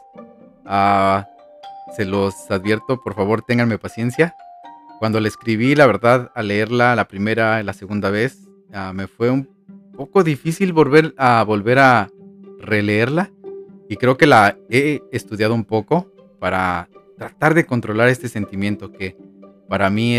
se los advierto, por favor, ténganme paciencia. Cuando la escribí, la verdad, al leerla la primera y la segunda vez, me fue un poco difícil volver a releerla. Y creo que la he estudiado un poco para tratar de controlar este sentimiento que para mí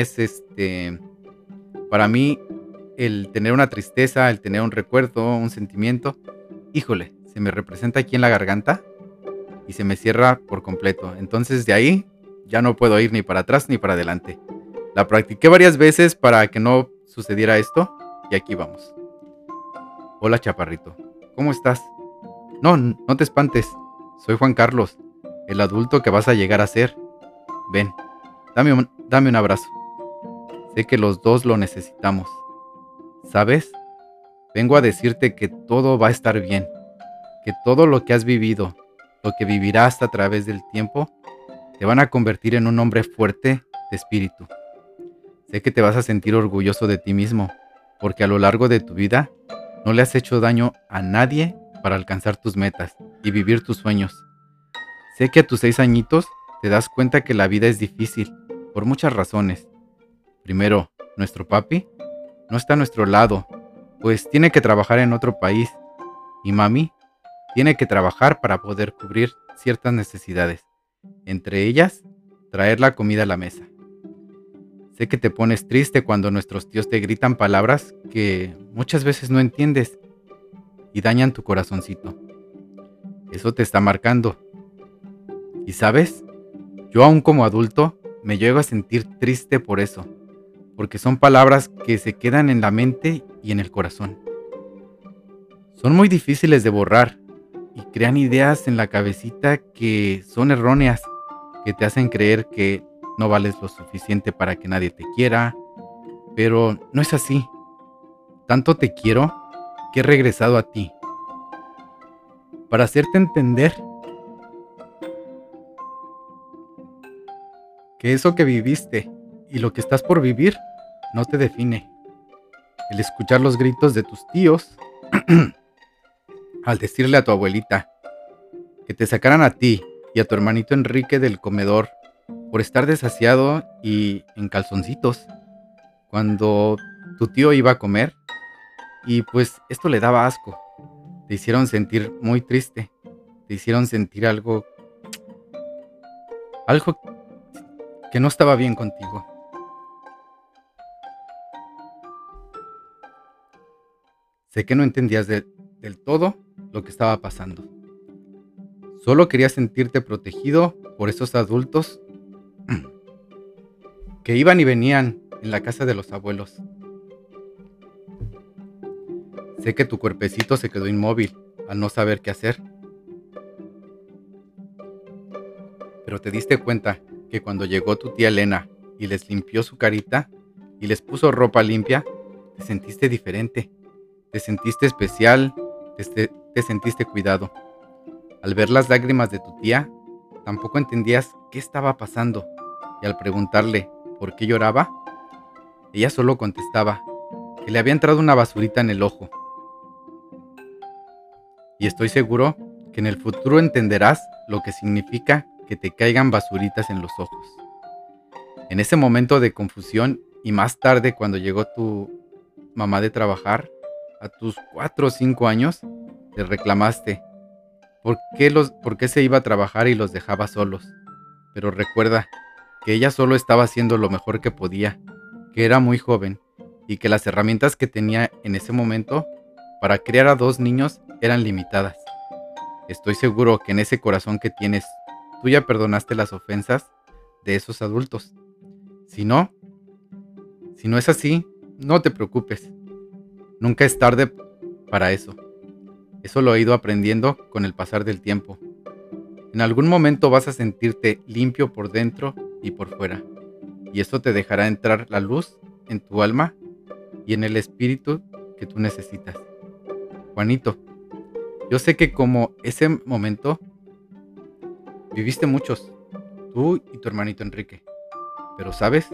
para mí el tener una tristeza, el tener un recuerdo, un sentimiento, híjole, se me representa aquí en la garganta y se me cierra por completo. Entonces de ahí ya no puedo ir ni para atrás ni para adelante. La practiqué varias veces para que no sucediera esto y aquí vamos. Hola chaparrito, ¿cómo estás? No te espantes. Soy Juan Carlos, el adulto que vas a llegar a ser. Ven, dame un abrazo. Sé que los dos lo necesitamos. ¿Sabes? Vengo a decirte que todo va a estar bien, que todo lo que has vivido, lo que vivirás a través del tiempo, te van a convertir en un hombre fuerte de espíritu. Sé que te vas a sentir orgulloso de ti mismo, porque a lo largo de tu vida no le has hecho daño a nadie para alcanzar tus metas y vivir tus sueños. Sé que a tus 6 añitos te das cuenta que la vida es difícil, por muchas razones. Primero, nuestro papi no está a nuestro lado, pues tiene que trabajar en otro país, y mami tiene que trabajar para poder cubrir ciertas necesidades, entre ellas, traer la comida a la mesa. Sé que te pones triste cuando nuestros tíos te gritan palabras que muchas veces no entiendes y dañan tu corazoncito. Eso te está marcando. Y sabes, yo aún como adulto me llego a sentir triste por eso, porque son palabras que se quedan en la mente y en el corazón. Son muy difíciles de borrar y crean ideas en la cabecita que son erróneas, que te hacen creer que no vales lo suficiente para que nadie te quiera, pero no es así. Tanto te quiero que he regresado a ti para hacerte entender que eso que viviste y lo que estás por vivir no te define. El escuchar los gritos de tus tíos al decirle a tu abuelita que te sacaran a ti y a tu hermanito Enrique del comedor por estar desasiado y en calzoncitos. cuando tu tío iba a comer y pues esto le daba asco. Te hicieron sentir muy triste, te hicieron sentir algo que no estaba bien contigo. Sé que no entendías del todo lo que estaba pasando. Solo querías sentirte protegido por esos adultos que iban y venían en la casa de los abuelos. Sé que tu cuerpecito se quedó inmóvil al no saber qué hacer, pero te diste cuenta que cuando llegó tu tía Elena y les limpió su carita y les puso ropa limpia, te sentiste diferente, te sentiste especial, te sentiste cuidado. Al ver las lágrimas de tu tía, tampoco entendías qué estaba pasando y al preguntarle por qué lloraba, ella solo contestaba que le había entrado una basurita en el ojo. Y estoy seguro que en el futuro entenderás lo que significa que te caigan basuritas en los ojos. En ese momento de confusión y más tarde cuando llegó tu mamá de trabajar, a tus 4 o 5 años, le reclamaste por qué se iba a trabajar y los dejaba solos. Pero recuerda que ella solo estaba haciendo lo mejor que podía, que era muy joven y que las herramientas que tenía en ese momento para criar a 2 niños eran limitadas. Estoy seguro que en ese corazón que tienes, tú ya perdonaste las ofensas de esos adultos. Si no, si no es así, no te preocupes. Nunca es tarde para eso. Eso lo he ido aprendiendo con el pasar del tiempo. En algún momento vas a sentirte limpio por dentro y por fuera. Y eso te dejará entrar la luz en tu alma y en el espíritu que tú necesitas. Juanito, yo sé que como ese momento viviste muchos, tú y tu hermanito Enrique. Pero ¿sabes?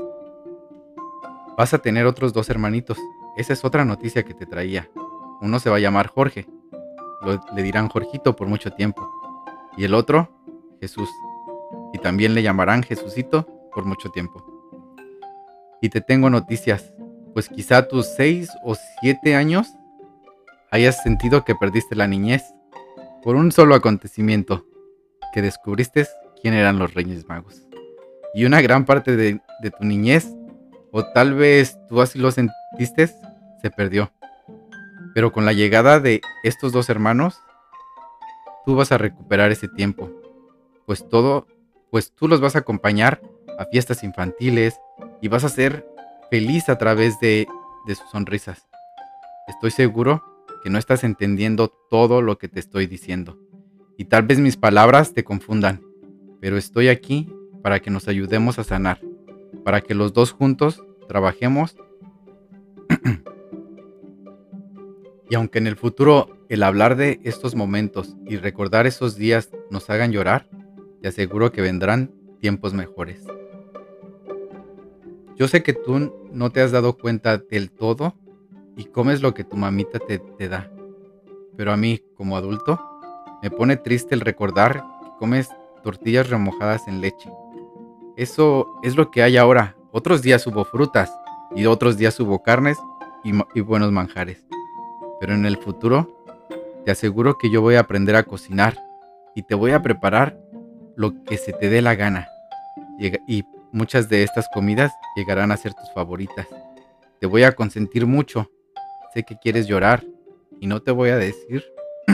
Vas a tener otros 2 hermanitos. Esa es otra noticia que te traía. Uno se va a llamar Jorge. Le dirán Jorgito por mucho tiempo. Y el otro, Jesús. Y también le llamarán Jesucito por mucho tiempo. Y te tengo noticias. Pues quizá a tus 6 o 7 años hayas sentido que perdiste la niñez por un solo acontecimiento, que descubriste quién eran los Reyes Magos. Y una gran parte de tu niñez, o tal vez tú así lo sentiste, se perdió. Pero con la llegada de estos 2 hermanos, tú vas a recuperar ese tiempo, pues tú los vas a acompañar a fiestas infantiles y vas a ser feliz a través de sus sonrisas. Estoy seguro que no estás entendiendo todo lo que te estoy diciendo y tal vez mis palabras te confundan, pero estoy aquí para que nos ayudemos a sanar, para que los dos juntos trabajemos. Y aunque en el futuro el hablar de estos momentos y recordar esos días nos hagan llorar, te aseguro que vendrán tiempos mejores. Yo sé que tú no te has dado cuenta del todo y comes lo que tu mamita te da, pero a mí, como adulto, me pone triste el recordar que comes tortillas remojadas en leche. Eso es lo que hay ahora. Otros días hubo frutas y otros días hubo carnes y buenos manjares. Pero en el futuro, te aseguro que yo voy a aprender a cocinar y te voy a preparar lo que se te dé la gana. Y muchas de estas comidas llegarán a ser tus favoritas. Te voy a consentir mucho. Sé que quieres llorar y no te voy a decir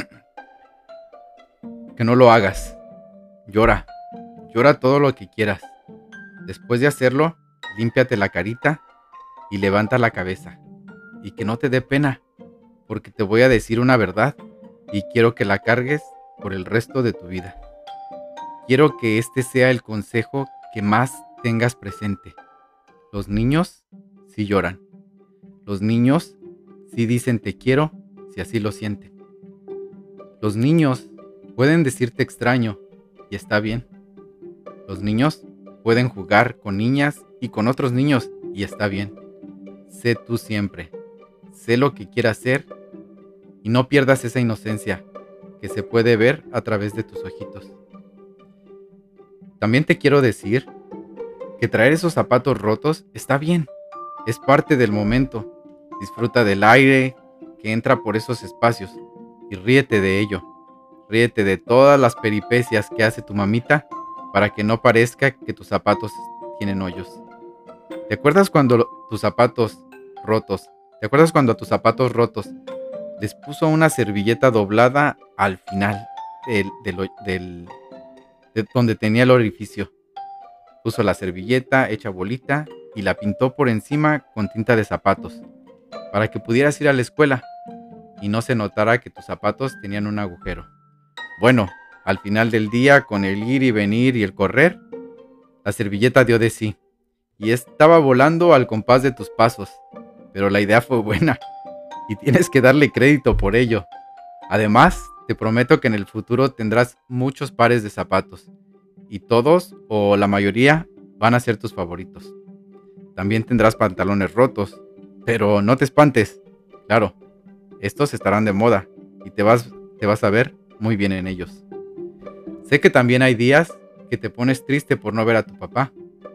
que no lo hagas. Llora, llora todo lo que quieras. Después de hacerlo, límpiate la carita y levanta la cabeza. Y que no te dé pena, porque te voy a decir una verdad y quiero que la cargues por el resto de tu vida. Quiero que este sea el consejo que más tengas presente. Los niños sí lloran. Los niños sí dicen te quiero si así lo sienten. Los niños pueden decirte extraño y está bien. Los niños pueden jugar con niñas y con otros niños y está bien. Sé tú siempre. Sé lo que quieras hacer y no pierdas esa inocencia que se puede ver a través de tus ojitos. También te quiero decir que traer esos zapatos rotos está bien. Es parte del momento. Disfruta del aire que entra por esos espacios y ríete de ello. Ríete de todas las peripecias que hace tu mamita para que no parezca que tus zapatos tienen hoyos. ¿Te acuerdas cuando tus zapatos rotos? ¿Te acuerdas cuando a tus zapatos rotos les puso una servilleta doblada al final de donde tenía el orificio? Puso la servilleta hecha bolita y la pintó por encima con tinta de zapatos, para que pudieras ir a la escuela y no se notara que tus zapatos tenían un agujero. Bueno, al final del día, con el ir y venir y el correr, la servilleta dio de sí y estaba volando al compás de tus pasos, pero la idea fue buena y tienes que darle crédito por ello. Además, te prometo que en el futuro tendrás muchos pares de zapatos y todos o la mayoría van a ser tus favoritos. También tendrás pantalones rotos, pero no te espantes. Claro, estos estarán de moda y te vas a ver muy bien en ellos. Sé que también hay días que te pones triste por no ver a tu papá,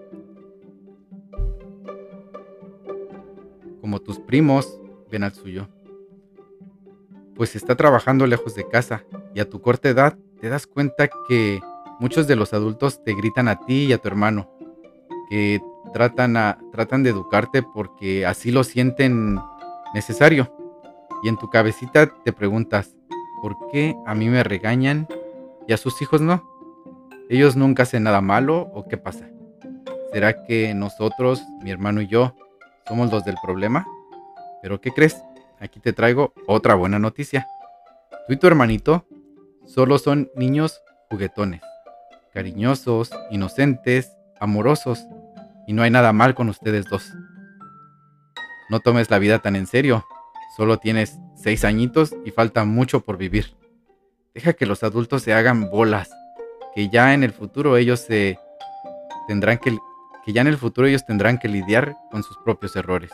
como tus primos ven al suyo, pues está trabajando lejos de casa y a tu corta edad te das cuenta que muchos de los adultos te gritan a ti y a tu hermano, que tratan de educarte porque así lo sienten necesario. Y en tu cabecita te preguntas, ¿por qué a mí me regañan y a sus hijos no? ¿Ellos nunca hacen nada malo o qué pasa? ¿Será que nosotros, mi hermano y yo, somos los del problema? ¿Pero qué crees? Aquí te traigo otra buena noticia. Tú y tu hermanito solo son niños juguetones, cariñosos, inocentes, amorosos, y no hay nada mal con ustedes dos. No tomes la vida tan en serio. Solo tienes 6 añitos y falta mucho por vivir. Deja que los adultos se hagan bolas, que ya en el futuro ellos tendrán que ya en el futuro ellos tendrán que lidiar con sus propios errores.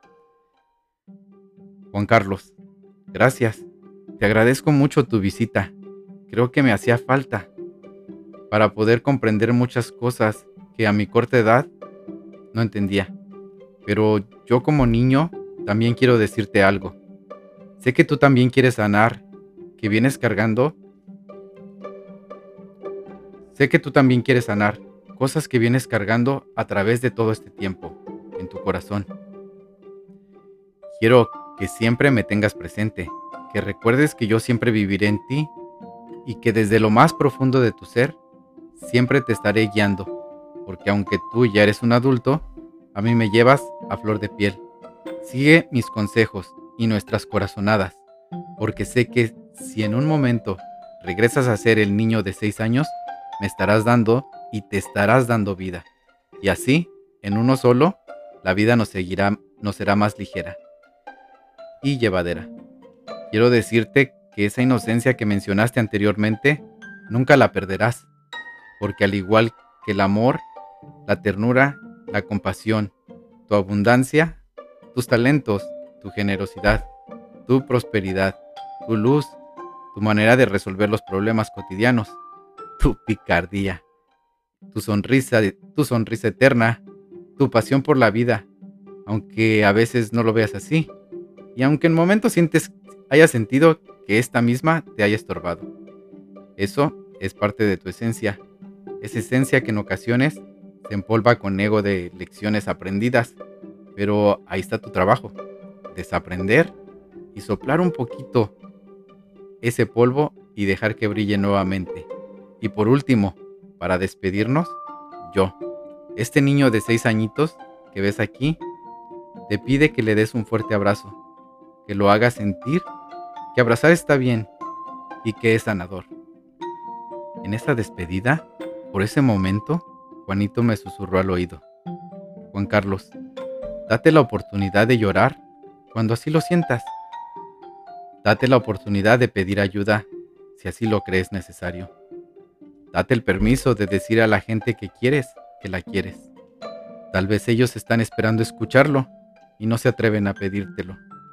Juan Carlos, gracias. Te agradezco mucho tu visita. Creo que me hacía falta para poder comprender muchas cosas que a mi corta edad no entendía. Pero yo como niño también quiero decirte algo. Sé que tú también quieres sanar, que vienes cargando. Sé que tú también quieres sanar cosas que vienes cargando a través de todo este tiempo en tu corazón. Quiero que siempre me tengas presente, que recuerdes que yo siempre viviré en ti y que desde lo más profundo de tu ser siempre te estaré guiando, porque aunque tú ya eres un adulto, a mí me llevas a flor de piel. Sigue mis consejos y nuestras corazonadas, porque sé que si en un momento regresas a ser el niño de 6 años, me estarás dando y te estarás dando vida. Y así, en uno solo, la vida nos será más ligera y llevadera. Quiero decirte que esa inocencia que mencionaste anteriormente, nunca la perderás, porque al igual que el amor, la ternura, la compasión, tu abundancia, tus talentos, tu generosidad, tu prosperidad, tu luz, tu manera de resolver los problemas cotidianos, tu picardía, tu sonrisa eterna, tu pasión por la vida, aunque a veces no lo veas así, y aunque en momentos hayas sentido que esta misma te haya estorbado. Eso es parte de tu esencia, esa esencia que en ocasiones se empolva con ego de lecciones aprendidas, pero ahí está tu trabajo, desaprender y soplar un poquito ese polvo y dejar que brille nuevamente. Y por último, para despedirnos, yo, este niño de 6 añitos que ves aquí, te pide que le des un fuerte abrazo, que lo hagas sentir que abrazar está bien y que es sanador. En esa despedida, por ese momento, Juanito me susurró al oído: Juan Carlos, date la oportunidad de llorar cuando así lo sientas. Date la oportunidad de pedir ayuda si así lo crees necesario. Date el permiso de decir a la gente que quieres que la quieres. Tal vez ellos están esperando escucharlo y no se atreven a pedírtelo.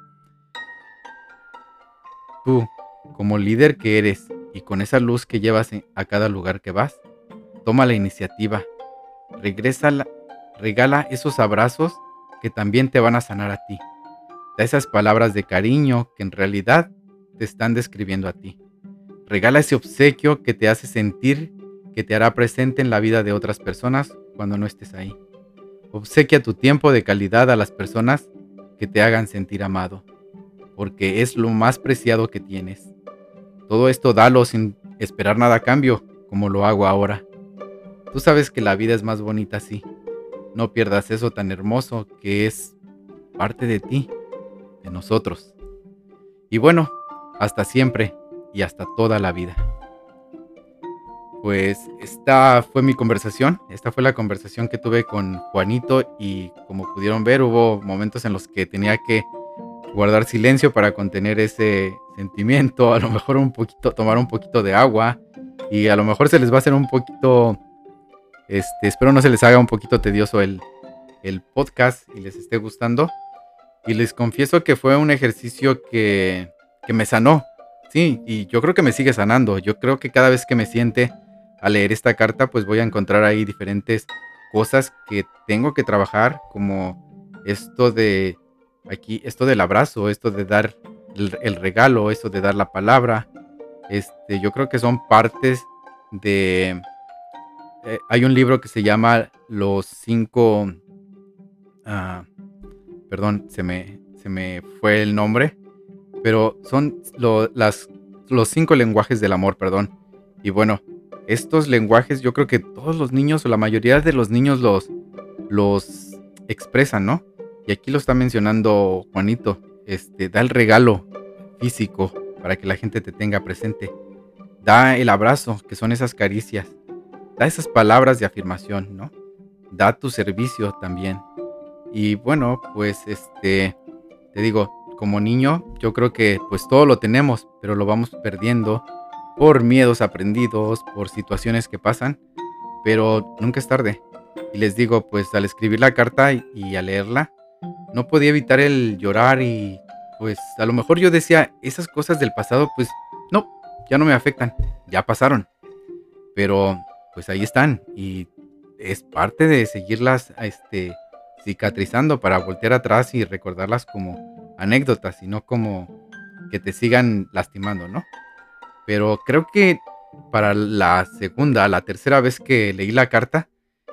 Tú, como líder que eres y con esa luz que llevas a cada lugar que vas, toma la iniciativa, regala esos abrazos que también te van a sanar a ti. Da esas palabras de cariño que en realidad te están describiendo a ti. Regala ese obsequio que te hace sentir que te hará presente en la vida de otras personas cuando no estés ahí. Obsequia tu tiempo de calidad a las personas que te hagan sentir amado, porque es lo más preciado que tienes. Todo esto dalo sin esperar nada a cambio, como lo hago ahora. Tú sabes que la vida es más bonita así. No pierdas eso tan hermoso que es parte de ti, de nosotros. Y bueno, hasta siempre y hasta toda la vida. Pues esta fue mi conversación, esta fue la conversación que tuve con Juanito y como pudieron ver hubo momentos en los que tenía que guardar silencio para contener ese sentimiento, a lo mejor un poquito, tomar un poquito de agua y a lo mejor se les va a hacer un poquito, espero no se les haga un poquito tedioso el podcast y les esté gustando. Y les confieso que fue un ejercicio que me sanó, sí, y yo creo que me sigue sanando. Yo creo que cada vez que me siente a leer esta carta, pues voy a encontrar ahí diferentes cosas que tengo que trabajar, como esto de aquí, esto del abrazo, esto de dar el regalo, esto de dar la palabra. Yo creo que son partes de... hay un libro que se llama Los cinco... ah, perdón, se me fue el nombre, pero son los 5 lenguajes del amor, perdón. Y bueno, estos lenguajes yo creo que todos los niños o la mayoría de los niños los expresan, ¿no? Y aquí lo está mencionando Juanito, da el regalo físico para que la gente te tenga presente. Da el abrazo, que son esas caricias. Da esas palabras de afirmación, ¿no? Da tu servicio también. Y bueno, pues te digo, como niño, yo creo que pues todo lo tenemos, pero lo vamos perdiendo por miedos aprendidos, por situaciones que pasan, pero nunca es tarde. Y les digo, pues al escribir la carta y al leerla, no podía evitar el llorar y pues a lo mejor yo decía, esas cosas del pasado, pues no, ya no me afectan, ya pasaron, pero pues ahí están y es parte de seguirlas, cicatrizando para voltear atrás y recordarlas como anécdotas y no como que te sigan lastimando, ¿no? Pero creo que para la tercera vez que leí la carta,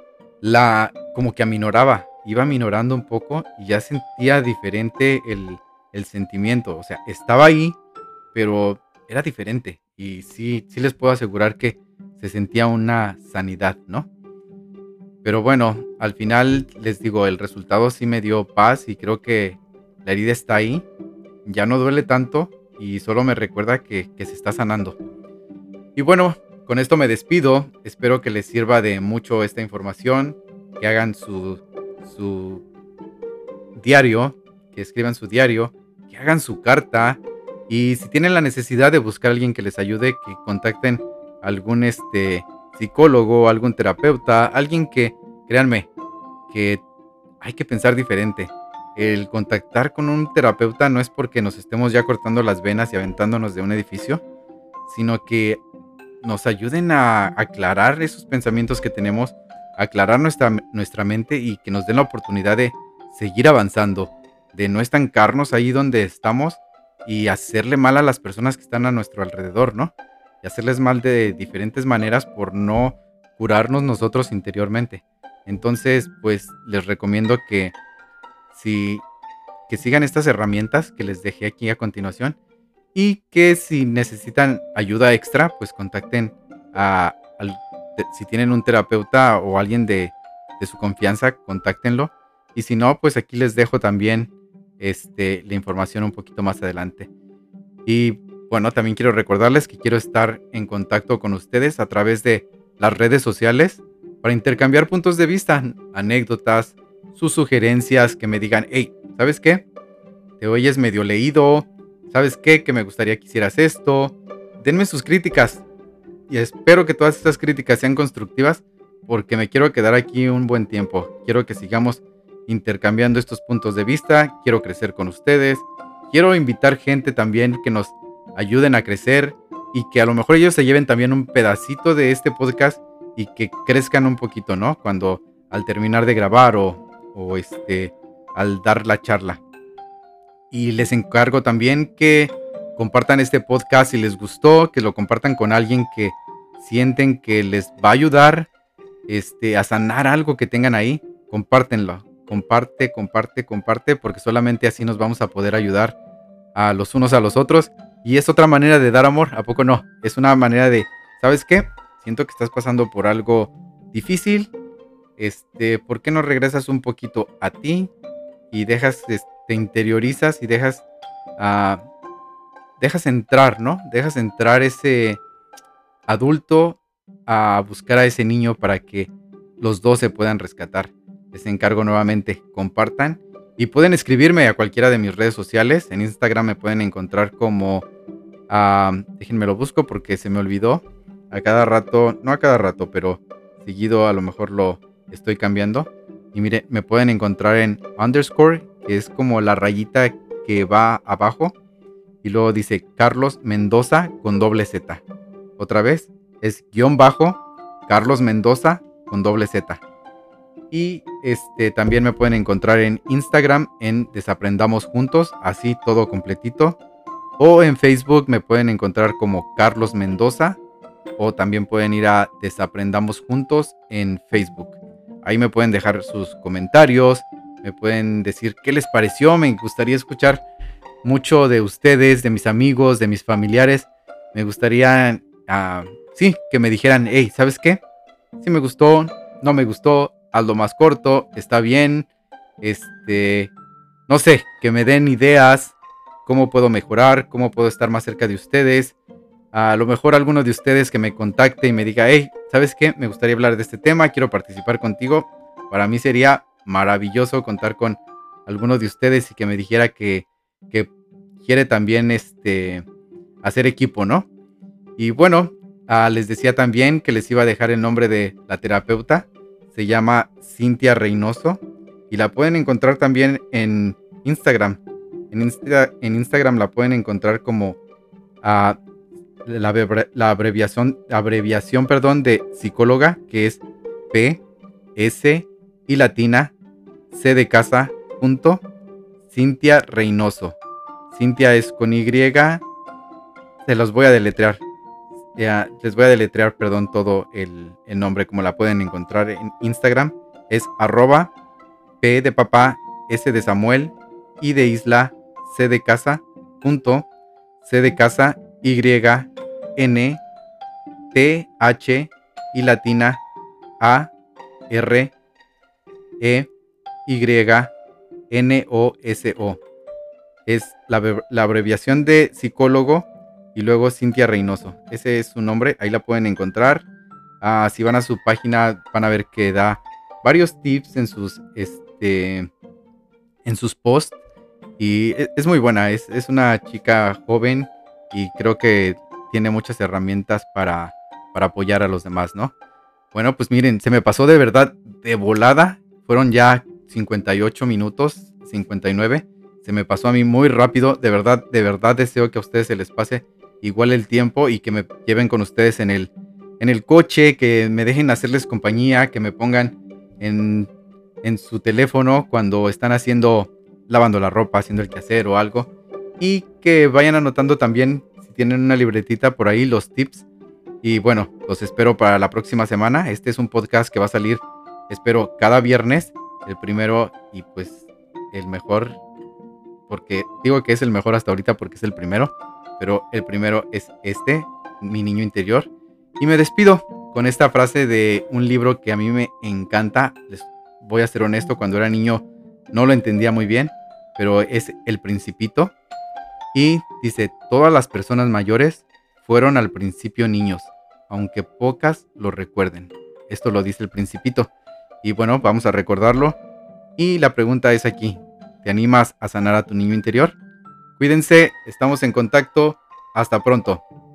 como que aminoraba, iba aminorando un poco y ya sentía diferente el sentimiento. O sea, estaba ahí, pero era diferente. Y sí les puedo asegurar que se sentía una sanidad, ¿no? Pero bueno, al final les digo, el resultado sí me dio paz y creo que la herida está ahí. Ya no duele tanto y solo me recuerda que se está sanando. Y bueno, con esto me despido. Espero que les sirva de mucho esta información, que hagan su diario, que escriban su diario, que hagan su carta. Y si tienen la necesidad de buscar a alguien que les ayude, que contacten a algún psicólogo, algún terapeuta, alguien que, créanme, que hay que pensar diferente. El contactar con un terapeuta no es porque nos estemos ya cortando las venas y aventándonos de un edificio, sino que nos ayuden a aclarar esos pensamientos que tenemos, aclarar nuestra mente y que nos den la oportunidad de seguir avanzando, de no estancarnos ahí donde estamos y hacerle mal a las personas que están a nuestro alrededor, ¿no? Y hacerles mal de diferentes maneras por no curarnos nosotros interiormente. Entonces, pues les recomiendo que sigan estas herramientas que les dejé aquí a continuación y que si necesitan ayuda extra, pues contacten si tienen un terapeuta o alguien de su confianza, contáctenlo. Y si no, pues aquí les dejo también la información un poquito más adelante. Y bueno, también quiero recordarles que quiero estar en contacto con ustedes a través de las redes sociales para intercambiar puntos de vista, anécdotas, sus sugerencias, que me digan, hey, ¿sabes qué? Te oyes medio leído, ¿sabes qué? Que me gustaría que hicieras esto. Denme sus críticas y espero que todas estas críticas sean constructivas porque me quiero quedar aquí un buen tiempo. Quiero que sigamos intercambiando estos puntos de vista, quiero crecer con ustedes, quiero invitar gente también que nos ayuden a crecer y que a lo mejor ellos se lleven también un pedacito de este podcast y que crezcan un poquito, ¿no? Cuando al terminar de grabar o al dar la charla. Y les encargo también que compartan este podcast si les gustó, que lo compartan con alguien que sienten que les va a ayudar a sanar algo que tengan ahí. Compártenlo. Comparte, porque solamente así nos vamos a poder ayudar a los unos a los otros. Y es otra manera de dar amor, ¿a poco no? Es una manera de, ¿sabes qué? Siento que estás pasando por algo difícil. ¿Por qué no regresas un poquito a ti y te interiorizas y ah, dejas entrar, ¿no? Dejas entrar ese adulto a buscar a ese niño para que los dos se puedan rescatar. Les encargo nuevamente, compartan y pueden escribirme a cualquiera de mis redes sociales. En Instagram me pueden encontrar como, déjenme lo busco porque se me olvidó. A cada rato, no a cada rato, pero seguido a lo mejor lo estoy cambiando. Y mire, me pueden encontrar en underscore, que es como la rayita que va abajo. Y luego dice Carlos Mendoza con doble Z. Otra vez, es _ Carlos Mendoza con doble Z. Y también me pueden encontrar en Instagram en Desaprendamos Juntos, así todo completito. O en Facebook me pueden encontrar como Carlos Mendoza. O también pueden ir a Desaprendamos Juntos en Facebook. Ahí me pueden dejar sus comentarios, me pueden decir qué les pareció. Me gustaría escuchar mucho de ustedes, de mis amigos, de mis familiares. Me gustaría, sí, que me dijeran, hey, ¿sabes qué? Si me gustó, no me gustó, hazlo más corto, está bien. No sé, que me den ideas, cómo puedo mejorar, cómo puedo estar más cerca de ustedes. A lo mejor alguno de ustedes que me contacte y me diga, hey, ¿sabes qué? Me gustaría hablar de este tema, quiero participar contigo. Para mí sería maravilloso contar con alguno de ustedes y que me dijera que quiere también hacer equipo, ¿no? Y bueno, les decía también que les iba a dejar el nombre de la terapeuta. Se llama Cintia Reynoso y la pueden encontrar también en Instagram. En Instagram la pueden encontrar como la abreviación, de psicóloga, que es PS y latina C de casa punto Cintia Reynoso. Cintia es con Y. Se los voy a deletrear. Les voy a deletrear, perdón, todo el nombre, como la pueden encontrar en Instagram. Es @P de papá, S de Samuel, I de isla, C de casa, punto, C de casa, Y, N, T, H y latina, A, R, E, Y, N, O, S, O. Es la abreviación de psicólogo y luego Cintia Reynoso. Ese es su nombre, ahí la pueden encontrar. Si van a su página van a ver que da varios tips en sus posts. Y es muy buena, es una chica joven y creo que tiene muchas herramientas para apoyar a los demás, ¿no? Bueno, pues miren, se me pasó de verdad de volada. Fueron ya 58 minutos, 59. Se me pasó a mí muy rápido. De verdad deseo que a ustedes se les pase igual el tiempo y que me lleven con ustedes en el coche, que me dejen hacerles compañía, que me pongan en su teléfono cuando están lavando la ropa, haciendo el quehacer o algo. Y que vayan anotando también, si tienen una libretita por ahí, los tips. Y bueno, los espero para la próxima semana. Este es un podcast que va a salir, espero, cada viernes. El primero y pues el mejor, porque digo que es el mejor hasta ahorita porque es el primero. Pero el primero es mi niño interior. Y me despido con esta frase de un libro que a mí me encanta. Les voy a ser honesto, cuando era niño no lo entendía muy bien, pero es El Principito. Y dice, todas las personas mayores fueron al principio niños, aunque pocas lo recuerden. Esto lo dice El Principito. Y bueno, vamos a recordarlo. Y la pregunta es aquí, ¿te animas a sanar a tu niño interior? Cuídense, estamos en contacto. Hasta pronto.